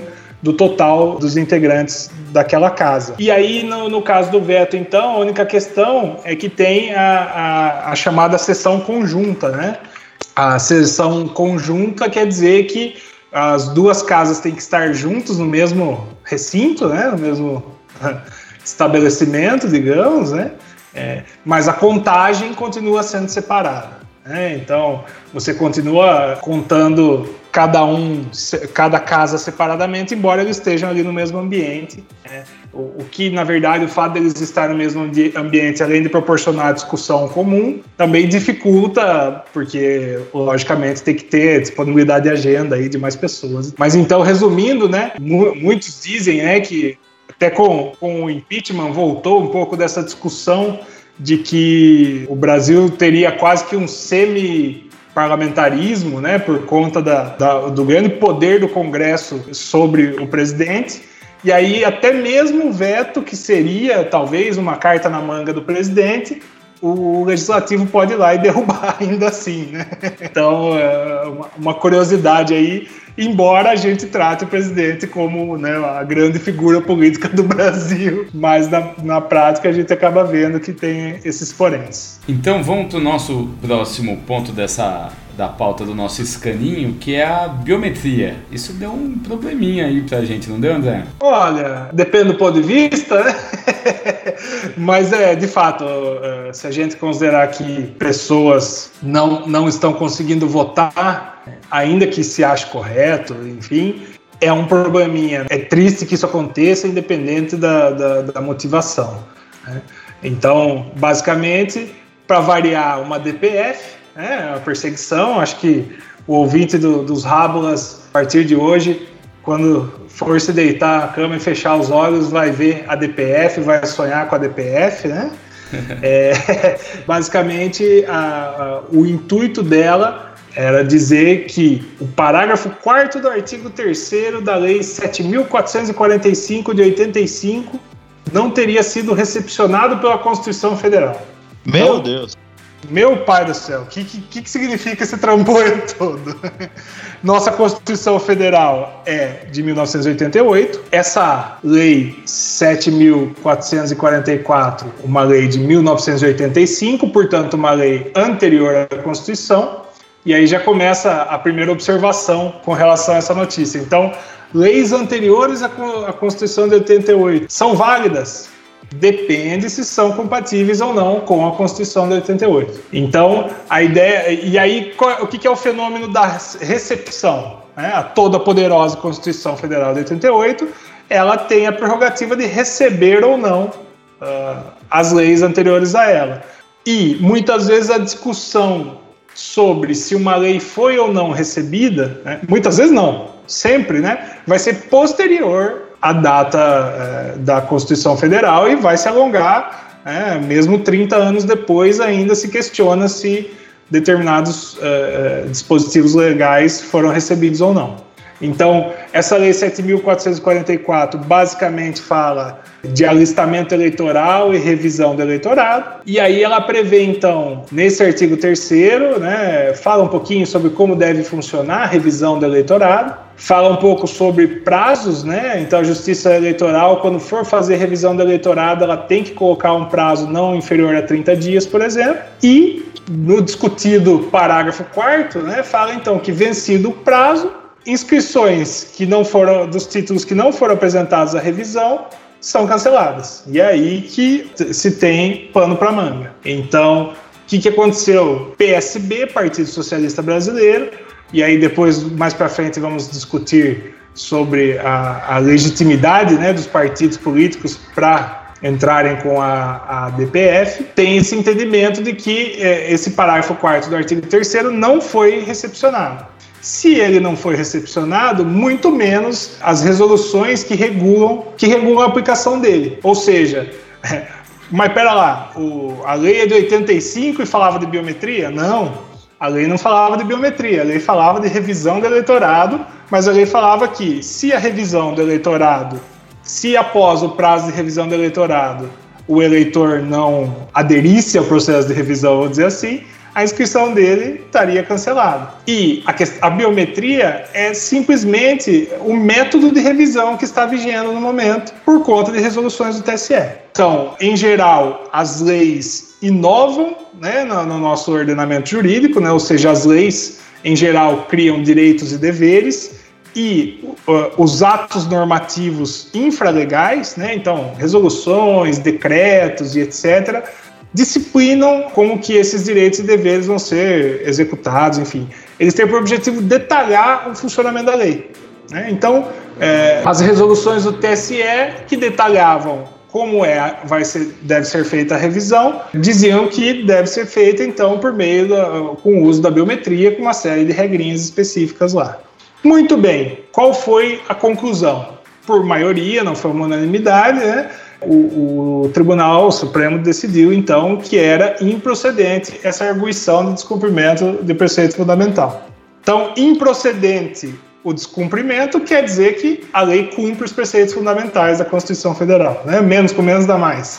Speaker 3: do total dos integrantes daquela casa. E aí, no, no caso do veto, então, a única questão é que tem a, a, a chamada sessão conjunta, né? A sessão conjunta quer dizer que as duas casas têm que estar juntos no mesmo recinto, né? No mesmo estabelecimento, digamos, né? É, mas a contagem continua sendo separada, né? Então, você continua contando cada um, cada casa separadamente, embora eles estejam ali no mesmo ambiente, né? O, o que, na verdade, o fato deles estarem no mesmo ambiente, além de proporcionar a discussão comum, também dificulta, porque, logicamente, tem que ter disponibilidade de agenda aí de mais pessoas. Mas, então, resumindo, né, muitos dizem, né, que até com, com o impeachment voltou um pouco dessa discussão de que o Brasil teria quase que um semi-parlamentarismo, né, por conta da, da, do grande poder do Congresso sobre o presidente. E aí até mesmo o veto, que seria talvez uma carta na manga do presidente, o legislativo pode ir lá e derrubar ainda assim, né? Então, é uma, uma curiosidade aí, embora a gente trate o presidente como, né, a grande figura política do Brasil, mas na, na prática a gente acaba vendo que tem esses poréns.
Speaker 1: Então vamos para o nosso próximo ponto dessa, da pauta do nosso escaninho, que é a biometria. Isso deu um probleminha aí pra gente, não deu, André?
Speaker 3: Olha, depende do ponto de vista, né? Mas é, de fato, se a gente considerar que pessoas não, não estão conseguindo votar, ainda que se ache correto, enfim, é um probleminha. É triste que isso aconteça, independente da, da, da motivação, né? Então, basicamente, para variar uma D P F, né, a perseguição, acho que o ouvinte do, dos Rábulas, a partir de hoje, quando for se deitar na cama e fechar os olhos, vai ver a D P F, vai sonhar com a D P F, né? É, basicamente, a, a, o intuito dela era dizer que o parágrafo quarto do artigo terceiro da Lei sete mil quatrocentos e quarenta e cinco de oitenta e cinco não teria sido recepcionado pela Constituição Federal.
Speaker 2: Meu
Speaker 3: então,
Speaker 2: Deus!
Speaker 3: Meu pai do céu, o que, que, que significa esse trambolho todo? Nossa Constituição Federal é de mil novecentos e oitenta e oito, essa Lei sete mil quatrocentos e quarenta e quatro, uma lei de mil novecentos e oitenta e cinco, portanto uma lei anterior à Constituição, e aí já começa a primeira observação com relação a essa notícia. Então, leis anteriores à Constituição de oitenta e oito são válidas? Depende se são compatíveis ou não com a Constituição de oitenta e oito. Então, a ideia... E aí, qual, o que é o fenômeno da recepção? Né? A toda poderosa Constituição Federal de oitenta e oito, ela tem a prerrogativa de receber ou não uh, as leis anteriores a ela. E, muitas vezes, a discussão sobre se uma lei foi ou não recebida, né? Muitas vezes não, sempre, né? Vai ser posterior a data é, da Constituição Federal e vai se alongar, é, mesmo trinta anos depois ainda se questiona se determinados é, dispositivos legais foram recebidos ou não. Então, essa Lei sete mil quatrocentos e quarenta e quatro basicamente fala de alistamento eleitoral e revisão do eleitorado, e aí ela prevê, então, nesse artigo terceiro, né, fala um pouquinho sobre como deve funcionar a revisão do eleitorado, fala um pouco sobre prazos, né? Então a Justiça Eleitoral, quando for fazer revisão do eleitorado, ela tem que colocar um prazo não inferior a trinta dias, por exemplo, e no discutido parágrafo quarto, né, fala então que vencido o prazo, inscrições que não foram, dos títulos que não foram apresentados à revisão são canceladas. E é aí que se tem pano para manga. Então, o que, que aconteceu? P S B, Partido Socialista Brasileiro, e aí depois, mais para frente, vamos discutir sobre a, a legitimidade, né, dos partidos políticos para entrarem com a, a D P F, tem esse entendimento de que é, esse parágrafo quarto do artigo terceiro não foi recepcionado. Se ele não foi recepcionado, muito menos as resoluções que regulam, que regulam a aplicação dele. Ou seja, mas pera lá, o, a lei é de oitenta e cinco e falava de biometria? Não, a lei não falava de biometria, a lei falava de revisão do eleitorado, mas a lei falava que se a revisão do eleitorado, se após o prazo de revisão do eleitorado o eleitor não aderisse ao processo de revisão, vamos dizer assim, a inscrição dele estaria cancelada. E a, questão, a biometria é simplesmente o método de revisão que está vigendo no momento por conta de resoluções do T S E. Então, em geral, as leis inovam, né, no, no nosso ordenamento jurídico, né, ou seja, as leis, em geral, criam direitos e deveres, e uh, os atos normativos infralegais, né, então, resoluções, decretos e etcétera, disciplinam como que esses direitos e deveres vão ser executados, enfim. Eles têm por objetivo detalhar o funcionamento da lei, né? Então, é, as resoluções do T S E que detalhavam como é, vai ser, deve ser feita a revisão, diziam que deve ser feita, então, por meio da, com o uso da biometria, com uma série de regrinhas específicas lá. Muito bem, qual foi a conclusão? Por maioria, não foi uma unanimidade, né? O, o Tribunal Supremo decidiu, então, que era improcedente essa arguição de descumprimento de preceito fundamental. Então, improcedente o descumprimento quer dizer que a lei cumpre os preceitos fundamentais da Constituição Federal, né? Menos com menos dá mais.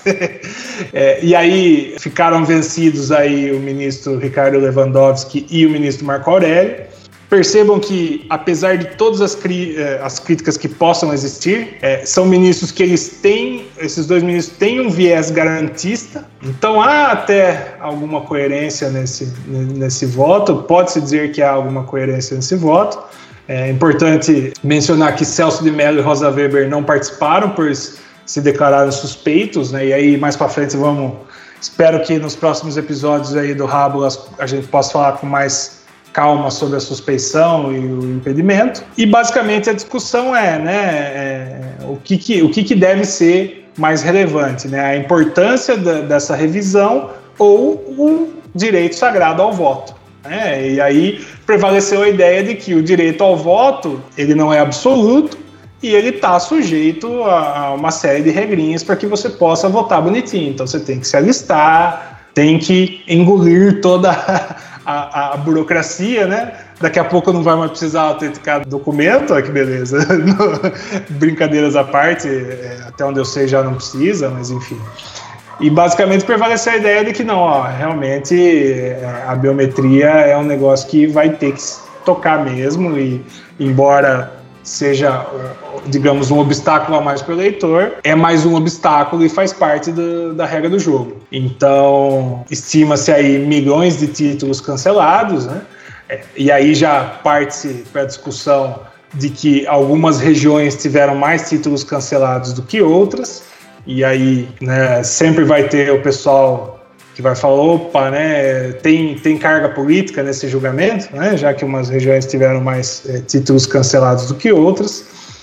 Speaker 3: é, e aí ficaram vencidos aí o ministro Ricardo Lewandowski e o ministro Marco Aurélio. Percebam que, apesar de todas as, cri- as críticas que possam existir, é, são ministros que eles têm, esses dois ministros têm um viés garantista, então há até alguma coerência nesse, nesse voto, pode-se dizer que há alguma coerência nesse voto. É importante mencionar que Celso de Mello e Rosa Weber não participaram, pois se declararam suspeitos, né? E aí mais para frente vamos, espero que nos próximos episódios aí do Rábulas a gente possa falar com mais calma sobre a suspeição e o impedimento. E basicamente a discussão é, né, é, o, que, que, o que, que deve ser mais relevante, né? A importância da, dessa revisão ou o direito sagrado ao voto, né? E aí prevaleceu a ideia de que o direito ao voto ele não é absoluto e ele está sujeito a, a uma série de regrinhas para que você possa votar bonitinho. Então você tem que se alistar, tem que engolir toda a A, a burocracia, né? Daqui a pouco não vai mais precisar autenticar documento, olha que beleza. Brincadeiras à parte, é, até onde eu sei já não precisa, mas enfim. E basicamente prevaleceu a ideia de que não, ó, realmente é, a biometria é um negócio que vai ter que tocar mesmo, e embora seja, digamos, um obstáculo a mais para o eleitor, é mais um obstáculo e faz parte do, da regra do jogo. Então, estima-se aí milhões de títulos cancelados, né? E aí já parte para a discussão de que algumas regiões tiveram mais títulos cancelados do que outras, e aí, né, sempre vai ter o pessoal que vai falar, opa, né, tem, tem carga política nesse julgamento, né, já que umas regiões tiveram mais é, títulos cancelados do que outras.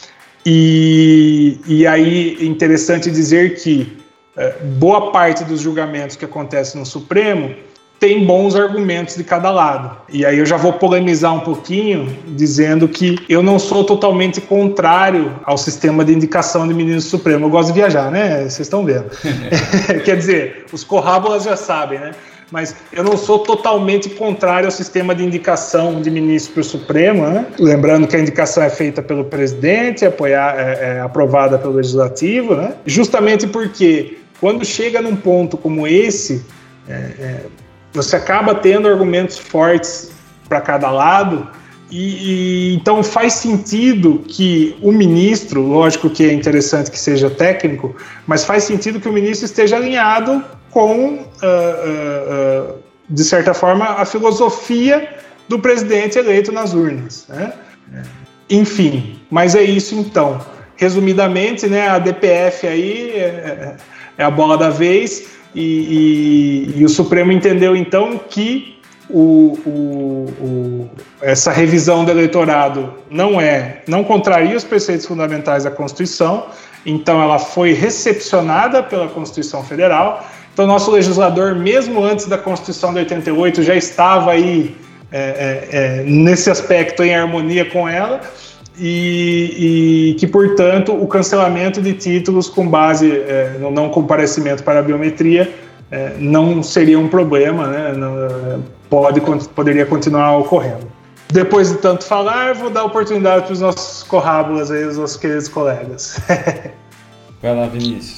Speaker 3: E, e aí é interessante dizer que é, boa parte dos julgamentos que acontecem no Supremo tem bons argumentos de cada lado. E aí eu já vou polemizar um pouquinho, dizendo que eu não sou totalmente contrário ao sistema de indicação de ministro supremo. Eu gosto de viajar, né? Vocês estão vendo. Quer dizer, os corrábulas já sabem, né? Mas eu não sou totalmente contrário ao sistema de indicação de ministro para o Supremo, né? Lembrando que a indicação é feita pelo presidente, apoiar, é, é aprovada pelo Legislativo, né? Justamente porque quando chega num ponto como esse, é, é, você acaba tendo argumentos fortes para cada lado, e, e então faz sentido que o ministro, lógico que é interessante que seja técnico, mas faz sentido que o ministro esteja alinhado com, uh, uh, uh, de certa forma, a filosofia do presidente eleito nas urnas, né? Enfim, mas é isso então. Resumidamente, né, a D P F aí é, é a bola da vez. E, e, e o Supremo entendeu, então, que o, o, o, essa revisão do eleitorado não, é, não contraria os preceitos fundamentais da Constituição, então ela foi recepcionada pela Constituição Federal. Então, nosso legislador, mesmo antes da Constituição de oitenta e oito, já estava aí, é, é, é, nesse aspecto, em harmonia com ela, E, e que, portanto, o cancelamento de títulos com base é, no não comparecimento para a biometria é, não seria um problema, né? Não, pode, poderia continuar ocorrendo. Depois de tanto falar, vou dar oportunidade para os nossos corrábulas aí, os nossos queridos colegas.
Speaker 1: Vai lá, Vinícius.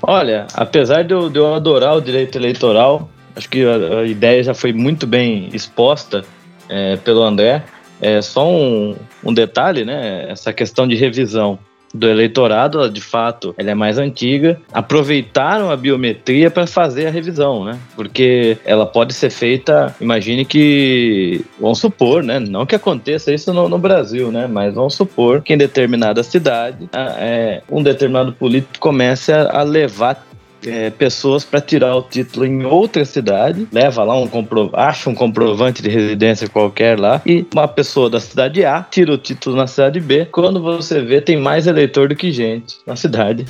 Speaker 2: Olha, apesar de eu, de eu adorar o direito eleitoral, acho que a, a ideia já foi muito bem exposta é, pelo André. É só um, um detalhe, né? Essa questão de revisão do eleitorado, de fato, ela é mais antiga. Aproveitaram a biometria para fazer a revisão, né? Porque ela pode ser feita, imagine que, vamos supor, né? Não que aconteça isso no, no Brasil, né? Mas vamos supor que em determinada cidade, é, um determinado político comece a, a levar É, pessoas para tirar o título em outra cidade, leva lá um compro... acha um comprovante de residência qualquer lá, e uma pessoa da cidade A tira o título na cidade B. Quando você vê, tem mais eleitor do que gente na cidade.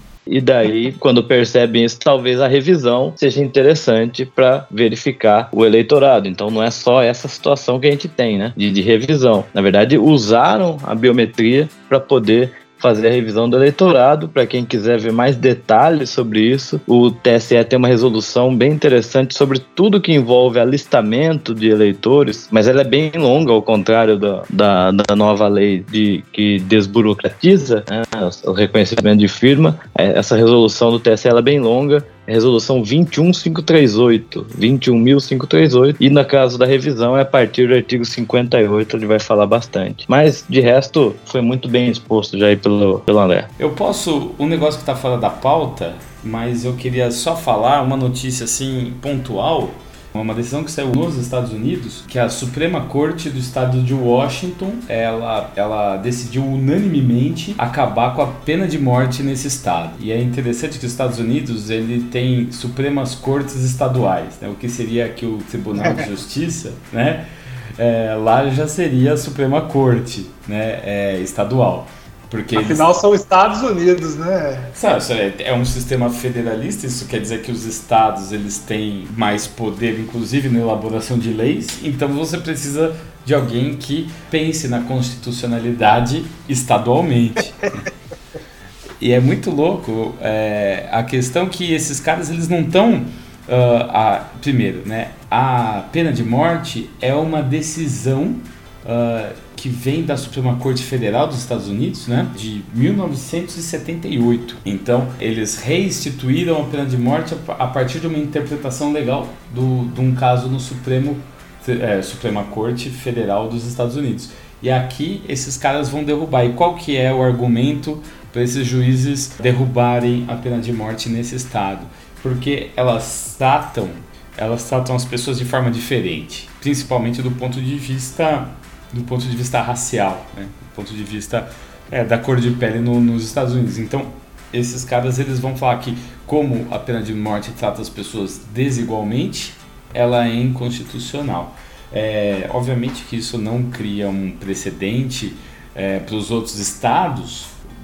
Speaker 2: E daí, quando percebem isso, talvez a revisão seja interessante para verificar o eleitorado. Então não é só essa situação que a gente tem, né, de, de revisão. Na verdade, usaram a biometria para poder fazer a revisão do eleitorado. Para quem quiser ver mais detalhes sobre isso, o T S E tem uma resolução bem interessante sobre tudo que envolve alistamento de eleitores, mas ela é bem longa, ao contrário da, da, da nova lei de, que desburocratiza, né, o reconhecimento de firma. Essa resolução do T S E ela é bem longa, é a resolução vinte e um mil quinhentos e trinta e oito, vinte e um mil quinhentos e trinta e oito, e no caso da revisão é a partir do artigo cinquenta e oito, onde vai falar bastante. Mas, de resto, foi muito bem exposto já aí pelo, pelo André.
Speaker 1: Eu posso, um negócio que tá fora da pauta, mas eu queria só falar uma notícia assim, pontual, uma decisão que saiu nos Estados Unidos, que a Suprema Corte do estado de Washington, ela, ela decidiu unanimemente acabar com a pena de morte nesse estado. E é interessante que os Estados Unidos, ele tem Supremas Cortes estaduais, né? O que seria aqui o Tribunal de Justiça, né? É, lá já seria a Suprema Corte, né? É, estadual. Porque
Speaker 3: afinal eles... são Estados Unidos, né?
Speaker 1: Sabe, é um sistema federalista, isso quer dizer que os estados eles têm mais poder, inclusive na elaboração de leis, então você precisa de alguém que pense na constitucionalidade estadualmente. E é muito louco é, a questão que esses caras eles não estão... Uh, a, primeiro, né, a pena de morte é uma decisão... Uh, que vem da Suprema Corte Federal dos Estados Unidos, né, de mil novecentos e setenta e oito. Então, eles reinstituíram a pena de morte a partir de uma interpretação legal do, de um caso no Supremo, é, Suprema Corte Federal dos Estados Unidos. E aqui, esses caras vão derrubar. E qual que é o argumento para esses juízes derrubarem a pena de morte nesse estado? Porque elas tratam, elas tratam as pessoas de forma diferente, principalmente do ponto de vista... do ponto de vista racial, né? Do ponto de vista é, da cor de pele no, nos Estados Unidos. Então, esses caras eles vão falar que, como a pena de morte trata as pessoas desigualmente, ela é inconstitucional. É, obviamente que isso não cria um precedente é, para os outros estados,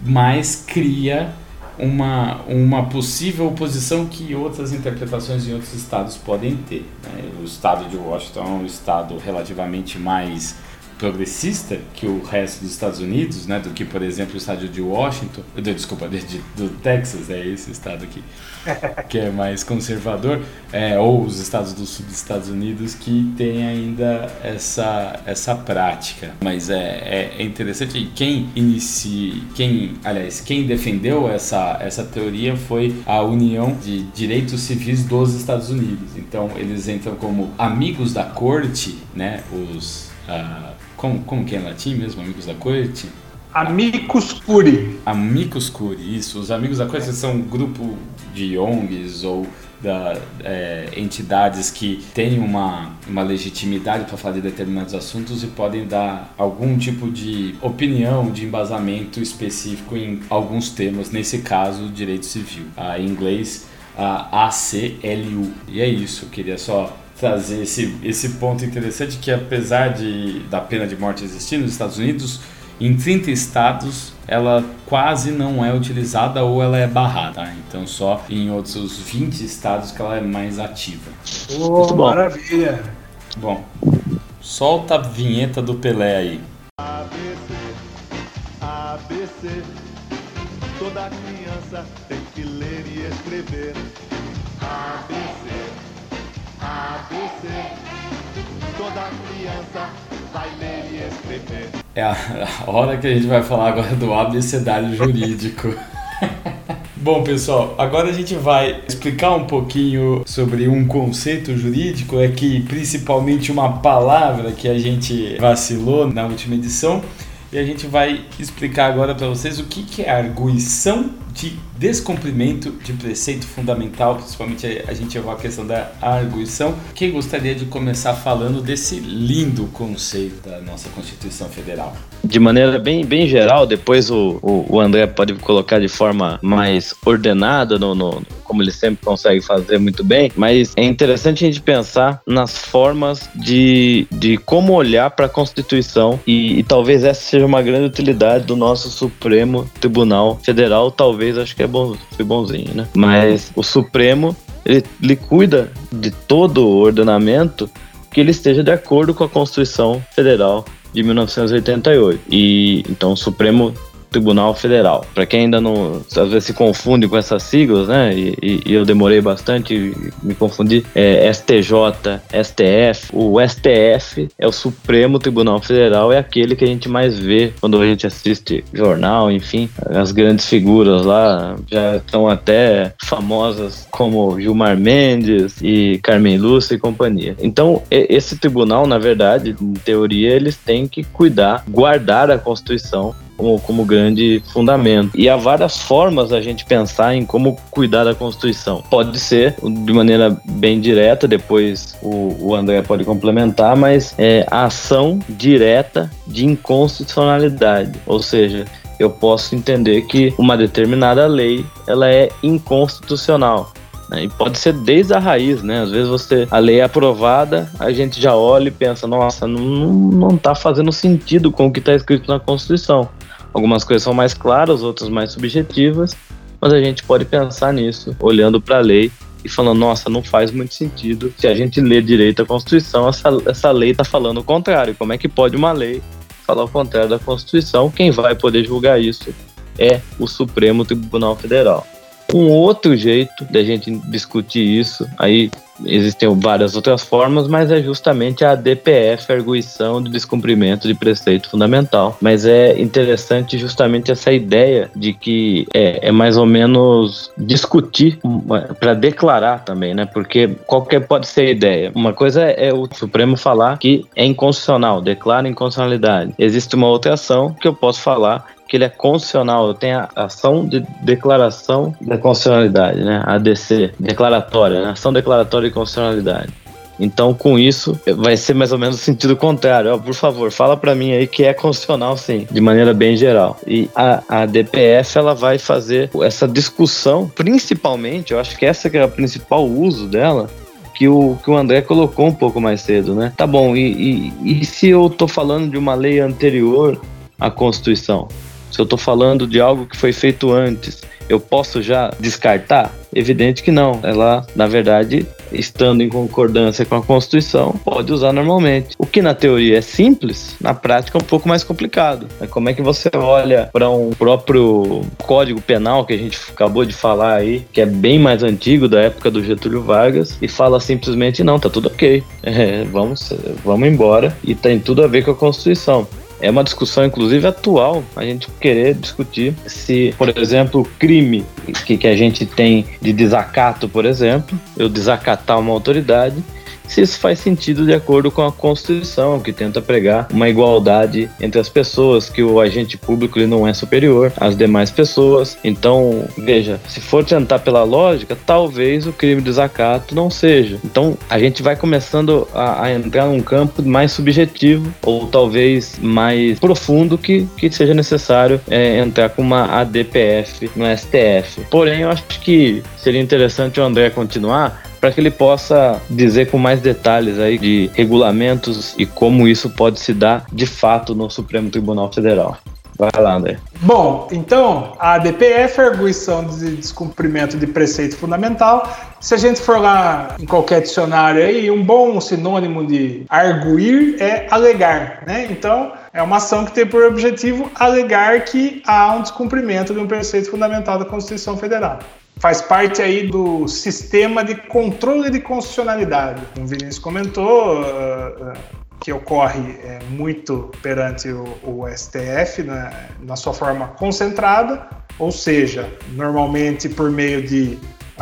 Speaker 1: mas cria uma, uma possível oposição que outras interpretações em outros estados podem ter, né? O estado de Washington é um estado relativamente mais progressista que o resto dos Estados Unidos, né, do que, por exemplo, o estado de Washington, do, desculpa, de, de, do Texas, é esse estado aqui, que é mais conservador, é, ou os estados do sul dos Estados Unidos que tem ainda essa, essa prática. Mas é, é interessante, e quem inicia, quem, aliás, quem defendeu essa, essa teoria foi a União de Direitos Civis dos Estados Unidos. Então, eles entram como amigos da corte, né, os... Uh, Como, como que é em latim mesmo, amigos da corte?
Speaker 3: Amicus curiae.
Speaker 1: Amicus curiae, isso. Os amigos da corte são um grupo de O N Gs ou da, é, entidades que têm uma, uma legitimidade para falar de determinados assuntos e podem dar algum tipo de opinião, de embasamento específico em alguns temas, nesse caso, direito civil. Ah, em inglês, a A C L U. E é isso, eu queria só trazer esse, esse ponto interessante que, apesar de, da pena de morte existir nos Estados Unidos, em trinta estados ela quase não é utilizada ou ela é barrada, tá? Então só em outros vinte estados que ela é mais ativa.
Speaker 3: Oh, muito bom. Maravilha!
Speaker 1: Bom, solta a vinheta do Pelé aí.
Speaker 4: A B C, A B C, toda criança tem que ler e escrever. A B C, A B C, toda criança vai ler e escrever.
Speaker 1: É a, a hora que a gente vai falar agora do abecedário jurídico. Bom, pessoal, agora a gente vai explicar um pouquinho sobre um conceito jurídico, é que principalmente uma palavra que a gente vacilou na última edição, e a gente vai explicar agora para vocês o que, que é a arguição de descumprimento de preceito fundamental, principalmente a gente levou a questão da arguição. Quem gostaria de começar falando desse lindo conceito da nossa Constituição Federal?
Speaker 2: De maneira bem, bem geral, depois o, o, o André pode colocar de forma mais ordenada, no, no, como ele sempre consegue fazer muito bem, mas é interessante a gente pensar nas formas de, de como olhar para a Constituição e, e talvez essa seja uma grande utilidade do nosso Supremo Tribunal Federal, talvez, acho que é bom, foi bonzinho, né? Mas o Supremo, ele, ele cuida de todo o ordenamento que ele esteja de acordo com a Constituição Federal de mil novecentos e oitenta e oito. E então o Supremo Tribunal Federal. Para quem ainda não, às vezes se confunde com essas siglas, né? E, e, e eu demorei bastante, me confundi. É S T J, S T F. O S T F é o Supremo Tribunal Federal, é aquele que a gente mais vê quando a gente assiste jornal, enfim. As grandes figuras lá já estão até famosas como Gilmar Mendes e Carmen Lúcia e companhia. Então, esse tribunal, na verdade, em teoria, eles têm que cuidar, guardar a Constituição Como, como grande fundamento. E há várias formas a gente pensar em como cuidar da Constituição. Pode ser de maneira bem direta, depois o, o André pode complementar, mas é a ação direta de inconstitucionalidade. Ou seja, eu posso entender que uma determinada lei ela é inconstitucional. E pode ser desde a raiz, né? Às vezes você, a lei é aprovada, a gente já olha e pensa, nossa, não, não tá fazendo sentido com o que está escrito na Constituição. Algumas coisas são mais claras, outras mais subjetivas, mas a gente pode pensar nisso, olhando para a lei e falando, nossa, não faz muito sentido. Se a gente lê direito a Constituição, essa, essa lei está falando o contrário. Como é que pode uma lei falar o contrário da Constituição? Quem vai poder julgar isso é o Supremo Tribunal Federal. Um outro jeito de a gente discutir isso, aí existem várias outras formas, mas é justamente a A D P F, Arguição de Descumprimento de Preceito Fundamental. Mas é interessante justamente essa ideia de que é, é mais ou menos discutir para declarar também, né? Porque qualquer pode ser a ideia. Uma coisa é o Supremo falar que é inconstitucional, declara inconstitucionalidade. Existe uma outra ação que eu posso falar que ele é constitucional, eu tenho a ação de declaração da constitucionalidade, né? A D C, declaratória, né? Ação declaratória de constitucionalidade. Então, com isso, vai ser mais ou menos o sentido contrário. Ó, por favor, fala para mim aí que é constitucional, sim, de maneira bem geral. E a, a D P F, ela vai fazer essa discussão, principalmente, eu acho que essa que é o principal uso dela, que o, que o André colocou um pouco mais cedo, né? Tá bom, e, e, e se eu tô falando de uma lei anterior à Constituição? Se eu estou falando de algo que foi feito antes, eu posso já descartar? Evidente que não. Ela, na verdade, estando em concordância com a Constituição, pode usar normalmente. O que na teoria é simples, na prática é um pouco mais complicado. Como é que você olha para um próprio Código Penal que a gente acabou de falar aí, que é bem mais antigo, da época do Getúlio Vargas, e fala simplesmente, não, tá tudo ok, é, vamos, vamos embora, e tem tudo a ver com a Constituição. É uma discussão, inclusive, atual, a gente querer discutir se, por exemplo, o crime que, que a gente tem de desacato, por exemplo, eu desacatar uma autoridade, se isso faz sentido de acordo com a Constituição, que tenta pregar uma igualdade entre as pessoas, que o agente público ele não é superior às demais pessoas. Então, veja, se for tentar pela lógica, talvez o crime de desacato não seja. Então, a gente vai começando a, a entrar num campo mais subjetivo, ou talvez mais profundo, que, que seja necessário é, entrar com uma A D P F no S T F. Porém, eu acho que seria interessante o André continuar, para que ele possa dizer com mais detalhes aí de regulamentos e como isso pode se dar de fato no Supremo Tribunal Federal. Vai lá, André.
Speaker 3: Bom, então, a A D P F é arguição de descumprimento de preceito fundamental. Se a gente for lá em qualquer dicionário aí, um bom sinônimo de arguir é alegar, né? Então, é uma ação que tem por objetivo alegar que há um descumprimento de um preceito fundamental da Constituição Federal. Faz parte aí do sistema de controle de constitucionalidade. Como o Vinícius comentou, uh, uh, que ocorre uh, muito perante o, o S T F, né, na sua forma concentrada, ou seja, normalmente por meio de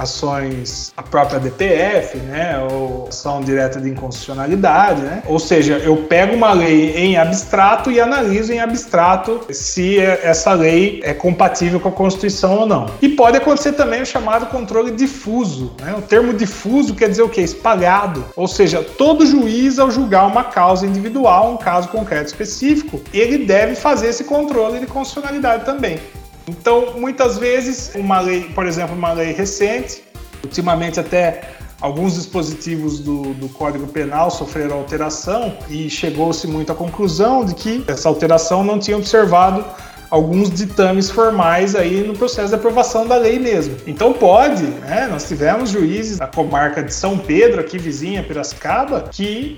Speaker 3: ações, a própria D P F, né, ou ação direta de inconstitucionalidade, né, ou seja, eu pego uma lei em abstrato e analiso em abstrato se essa lei é compatível com a Constituição ou não. E pode acontecer também o chamado controle difuso, né, o termo difuso quer dizer o quê? Espalhado, ou seja, todo juiz ao julgar uma causa individual, um caso concreto específico, ele deve fazer esse controle de constitucionalidade também. Então, muitas vezes, uma lei, por exemplo, uma lei recente, ultimamente até alguns dispositivos do, do Código Penal sofreram alteração e chegou-se muito à conclusão de que essa alteração não tinha observado alguns ditames formais aí no processo de aprovação da lei mesmo. Então pode, né? Nós tivemos juízes da comarca de São Pedro, aqui vizinha, Piracicaba, que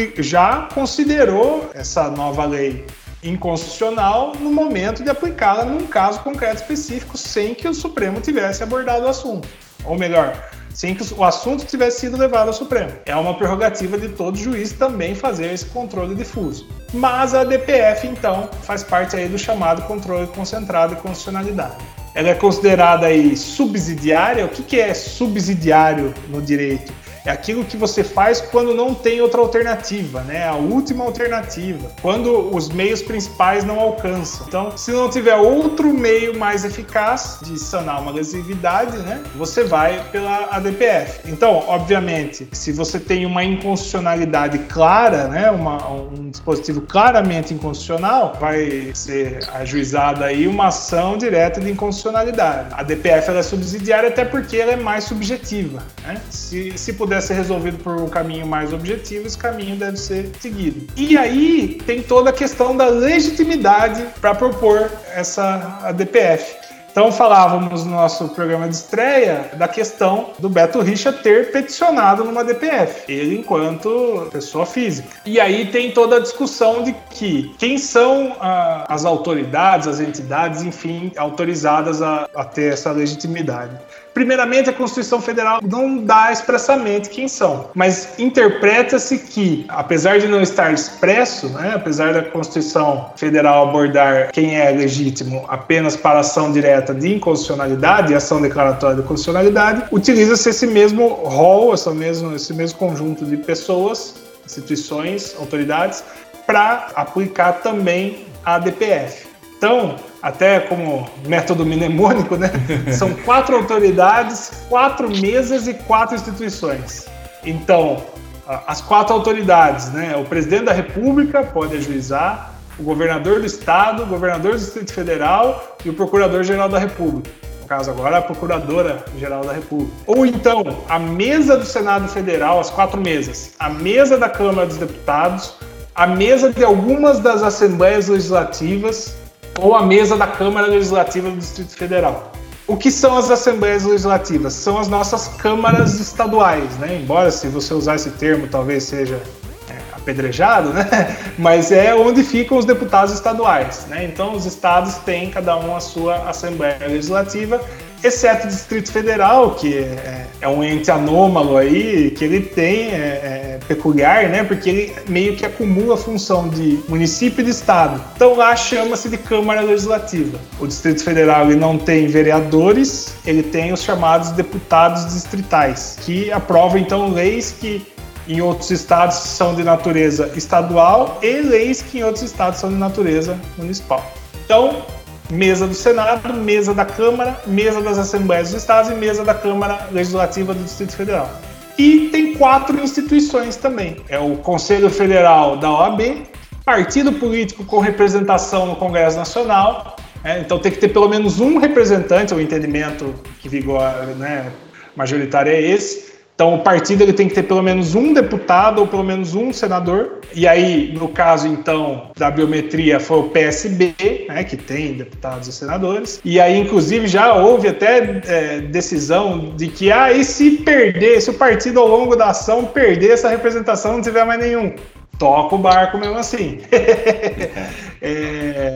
Speaker 3: já considerou essa nova lei inconstitucional no momento de aplicá-la num caso concreto específico, sem que o Supremo tivesse abordado o assunto. Ou melhor, sem que o assunto tivesse sido levado ao Supremo. É uma prerrogativa de todo juiz também fazer esse controle difuso. Mas a D P F, então, faz parte aí do chamado controle concentrado de constitucionalidade. Ela é considerada aí subsidiária. O que que é subsidiário no direito? É aquilo que você faz quando não tem outra alternativa, né? A última alternativa, quando os meios principais não alcançam. Então, se não tiver outro meio mais eficaz de sanar uma lesividade, né? Você vai pela A D P F. Então, obviamente, se você tem uma inconstitucionalidade clara, né? Uma, um dispositivo claramente inconstitucional, vai ser ajuizada aí uma ação direta de inconstitucionalidade. A D P F ela é subsidiária até porque ela é mais subjetiva, né? Se, se puder ser resolvido por um caminho mais objetivo, esse caminho deve ser seguido. E aí tem toda a questão da legitimidade para propor essa A D P F. Então falávamos no nosso programa de estreia da questão do Beto Richa ter peticionado numa D P F, ele enquanto pessoa física. E aí tem toda a discussão de que quem são ah, as autoridades, as entidades, enfim, autorizadas a, a ter essa legitimidade. Primeiramente, a Constituição Federal não dá expressamente quem são, mas interpreta-se que, apesar de não estar expresso, né, apesar da Constituição Federal abordar quem é legítimo apenas para ação direta de inconstitucionalidade e ação declaratória de constitucionalidade, utiliza-se esse mesmo rol, esse mesmo, esse mesmo conjunto de pessoas, instituições, autoridades, para aplicar também a D P F. Então, até como método mnemônico, né? São quatro autoridades, quatro mesas e quatro instituições. Então, as quatro autoridades, né? O presidente da República pode ajuizar, o governador do estado, o governador do Distrito Federal e o procurador-geral da República. No caso agora, a Procuradora-Geral da República. Ou então, a mesa do Senado Federal, as quatro mesas, a mesa da Câmara dos Deputados, a mesa de algumas das Assembleias Legislativas, ou a mesa da Câmara Legislativa do Distrito Federal. O que são as Assembleias Legislativas? São as nossas câmaras estaduais, né? Embora, se você usar esse termo, talvez seja é, apedrejado, né? Mas é onde ficam os deputados estaduais, né? Então, os estados têm cada um a sua Assembleia Legislativa, exceto o Distrito Federal, que é, é um ente anômalo aí, que ele tem, é, é peculiar, né? Porque ele meio que acumula a função de município e de estado. Então lá chama-se de Câmara Legislativa. O Distrito Federal ele não tem vereadores, ele tem os chamados deputados distritais, que aprovam então leis que em outros estados são de natureza estadual e leis que em outros estados são de natureza municipal. Então, mesa do Senado, mesa da Câmara, mesa das Assembleias dos Estados e mesa da Câmara Legislativa do Distrito Federal. E tem quatro instituições também. É o Conselho Federal da O A B, partido político com representação no Congresso Nacional, né? Então tem que ter pelo menos um representante, o entendimento que vigora, né, majoritário é esse. Então o partido ele tem que ter pelo menos um deputado ou pelo menos um senador. E aí, no caso então da biometria, foi o P S B, né, que tem deputados e senadores. E aí, inclusive, já houve até é, decisão de que, ah, e se perder, se o partido ao longo da ação perder essa representação, não tiver mais nenhum, toca o barco mesmo assim. é...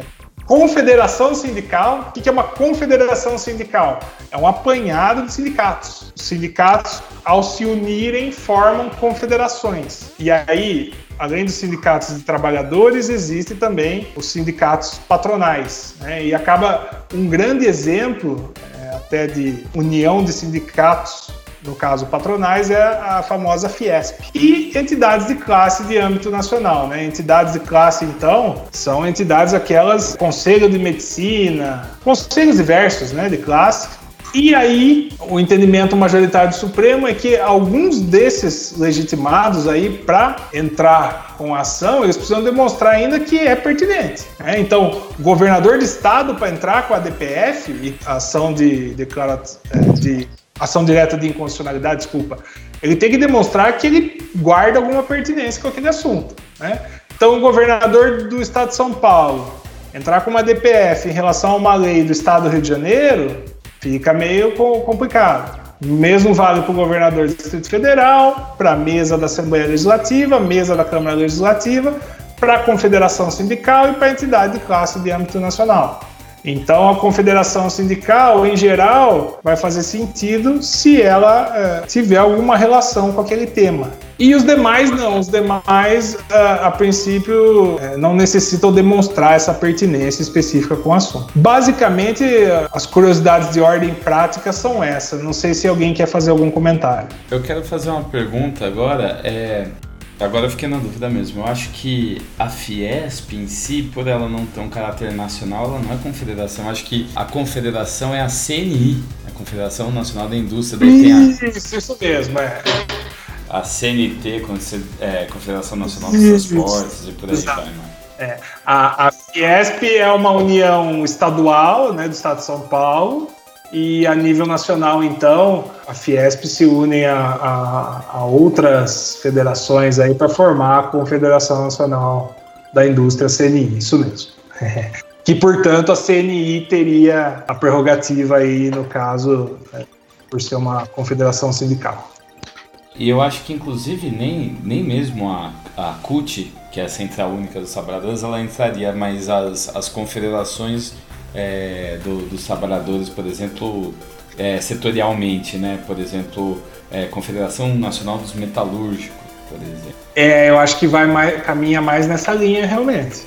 Speaker 3: confederação sindical. O que é uma confederação sindical? É um apanhado de sindicatos. Os sindicatos, ao se unirem, formam confederações. E aí, além dos sindicatos de trabalhadores, existem também os sindicatos patronais, né? E acaba um grande exemplo, é, até de união de sindicatos, no caso patronais, é a famosa Fiesp. E entidades de classe de âmbito nacional, né? Entidades de classe, então, são entidades aquelas, Conselho de Medicina, conselhos diversos, né, de classe. E aí, o entendimento majoritário do Supremo é que alguns desses legitimados aí, para entrar com a ação, eles precisam demonstrar ainda que é pertinente, né? Então, o governador de estado, para entrar com a D P F, e ação de, declara, de ação direta de inconstitucionalidade, desculpa, ele tem que demonstrar que ele guarda alguma pertinência com aquele assunto, né? Então, o governador do estado de São Paulo entrar com uma D P F em relação a uma lei do estado do Rio de Janeiro, fica meio complicado. Mesmo vale para o governador do Distrito Federal, para a mesa da Assembleia Legislativa, mesa da Câmara Legislativa, para a Confederação Sindical e para a entidade de classe de âmbito nacional. Então, a Confederação Sindical, em geral, vai fazer sentido se ela é, tiver alguma relação com aquele tema. E os demais não, os demais, a, a princípio, é, não necessitam demonstrar essa pertinência específica com o assunto. Basicamente, as curiosidades de ordem prática são essas. Não sei se alguém quer fazer algum comentário.
Speaker 1: Eu quero fazer uma pergunta agora. É... Agora eu fiquei na dúvida mesmo. Eu acho que a Fiesp em si, por ela não ter um caráter nacional, ela não é confederação. Eu acho que a confederação é a C N I, a Confederação Nacional da Indústria. Daí tem a...
Speaker 3: Isso, isso mesmo, é.
Speaker 1: A C N T, é, Confederação Nacional dos isso, Transportes isso. E por aí
Speaker 3: Exato.
Speaker 1: vai, mano.
Speaker 3: É. A, a Fiesp é uma união estadual, né, do estado de São Paulo. E a nível nacional, então, a Fiesp se une a, a, a outras federações aí para formar a Confederação Nacional da Indústria, C N I, isso mesmo. Que, portanto, a C N I teria a prerrogativa aí, no caso, né, por ser uma confederação sindical.
Speaker 1: E eu acho que, inclusive, nem, nem mesmo a, a C U T, que é a Central Única dos Trabalhadores, ela entraria, mas as, as confederações... É, do, dos trabalhadores, por exemplo, é, setorialmente, né? Por exemplo, é, Confederação Nacional dos Metalúrgicos, por exemplo.
Speaker 3: É, eu acho que vai mais, caminha mais nessa linha, realmente.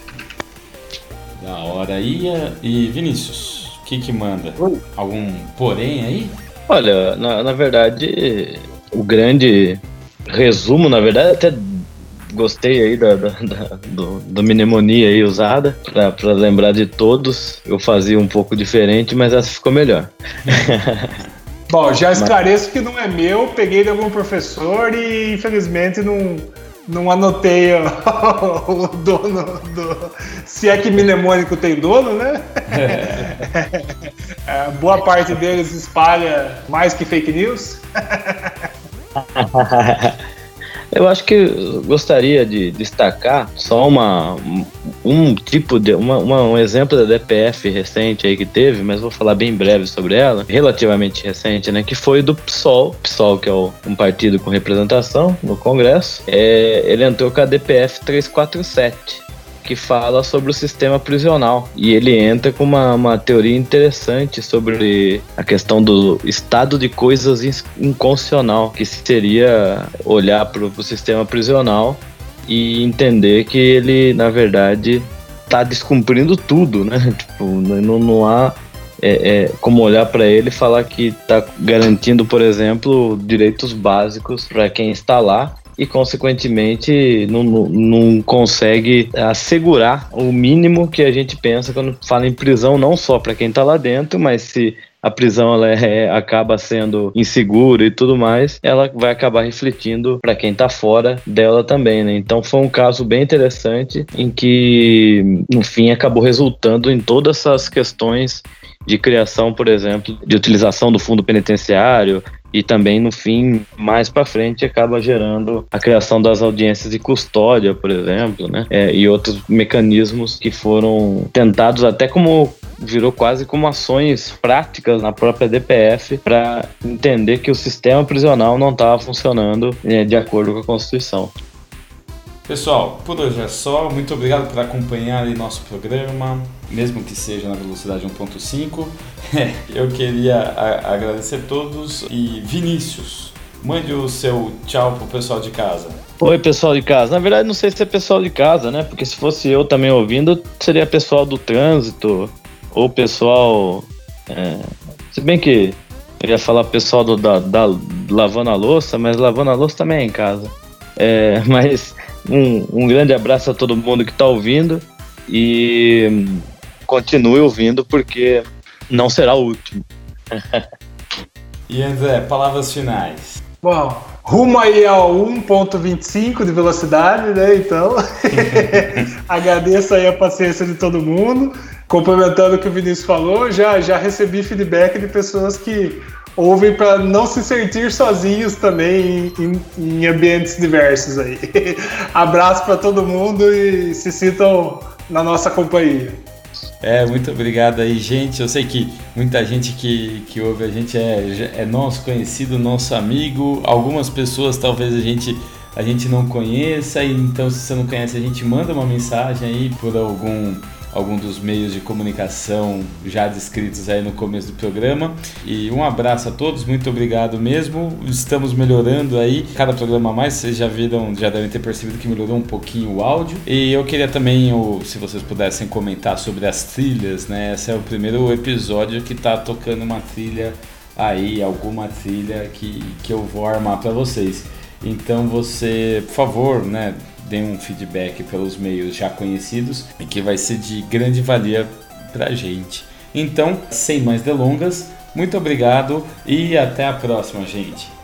Speaker 1: Da hora. E, e Vinícius, o que que manda?
Speaker 3: Oi.
Speaker 1: Algum porém aí?
Speaker 2: Olha, na, na verdade, o grande resumo, na verdade, até gostei aí da, da, da, do, da mnemonia aí usada pra, pra lembrar de todos. Eu fazia um pouco diferente, mas essa ficou melhor.
Speaker 3: Bom, já esclareço mas... que não é meu, peguei de algum professor e infelizmente não, não anotei o, o dono do... Se é que mnemônico tem dono, né? É, boa parte deles espalha mais que fake news.
Speaker 2: Eu acho que eu gostaria de destacar só uma, um tipo de, uma, uma, um exemplo da D P F recente aí que teve, mas vou falar bem breve sobre ela, relativamente recente, né, que foi do P SOL, P SOL que é o, um partido com representação no Congresso, é, ele entrou com a D P F trezentos e quarenta e sete, que fala sobre o sistema prisional, e ele entra com uma, uma teoria interessante sobre a questão do estado de coisas inconstitucional, que seria olhar para o sistema prisional e entender que ele, na verdade, está descumprindo tudo, né? Tipo, não, não há é, é, como olhar para ele e falar que está garantindo, por exemplo, direitos básicos para quem está lá, e, consequentemente, não, não, não consegue assegurar o mínimo que a gente pensa quando fala em prisão, não só para quem está lá dentro, mas se a prisão ela é, acaba sendo insegura e tudo mais, ela vai acabar refletindo para quem está fora dela também, né? Então foi um caso bem interessante em que, no fim, acabou resultando em todas essas questões de criação, por exemplo, de utilização do fundo penitenciário, e também, no fim, mais para frente, acaba gerando a criação das audiências de custódia, por exemplo, né? É, e outros mecanismos que foram tentados até como... virou quase como ações práticas na própria D P F para entender que o sistema prisional não estava funcionando é, de acordo com a Constituição.
Speaker 1: Pessoal, por hoje é só. Muito obrigado por acompanhar aí nosso programa, mesmo que seja na velocidade um ponto cinco. Eu queria a- agradecer a todos. E Vinícius, mande o seu tchau pro pessoal de casa.
Speaker 2: Oi, pessoal de casa. Na verdade, não sei se é pessoal de casa, né? Porque se fosse eu também ouvindo, seria pessoal do trânsito ou pessoal... É... Se bem que eu ia falar pessoal do, da, da lavando a louça, mas lavando a louça também é em casa. É, mas um, um grande abraço a todo mundo que está ouvindo e continue ouvindo porque não será o último.
Speaker 1: E André, palavras finais.
Speaker 3: Bom, rumo aí ao um ponto vinte e cinco de velocidade, né? Então, agradeço aí a paciência de todo mundo. Complementando o que o Vinícius falou, já, já recebi feedback de pessoas que ouvem para não se sentir sozinhos também em, em, em ambientes diversos aí. Abraço para todo mundo e se sintam na nossa companhia.
Speaker 1: É, muito obrigado aí, gente. Eu sei que muita gente que, que ouve a gente é, é nosso conhecido, nosso amigo. Algumas pessoas talvez a gente, a gente não conheça, então se você não conhece, a gente manda uma mensagem aí por algum... algum dos meios de comunicação já descritos aí no começo do programa. E um abraço a todos, muito obrigado mesmo. Estamos melhorando aí, cada programa a mais, vocês já viram, já devem ter percebido que melhorou um pouquinho o áudio. E eu queria também, se vocês pudessem comentar sobre as trilhas, né? Esse é o primeiro episódio que tá tocando uma trilha aí, alguma trilha que, que eu vou armar para vocês. Então você, por favor, né, dê um feedback pelos meios já conhecidos e que vai ser de grande valia pra gente. Então, sem mais delongas, muito obrigado e até a próxima, gente.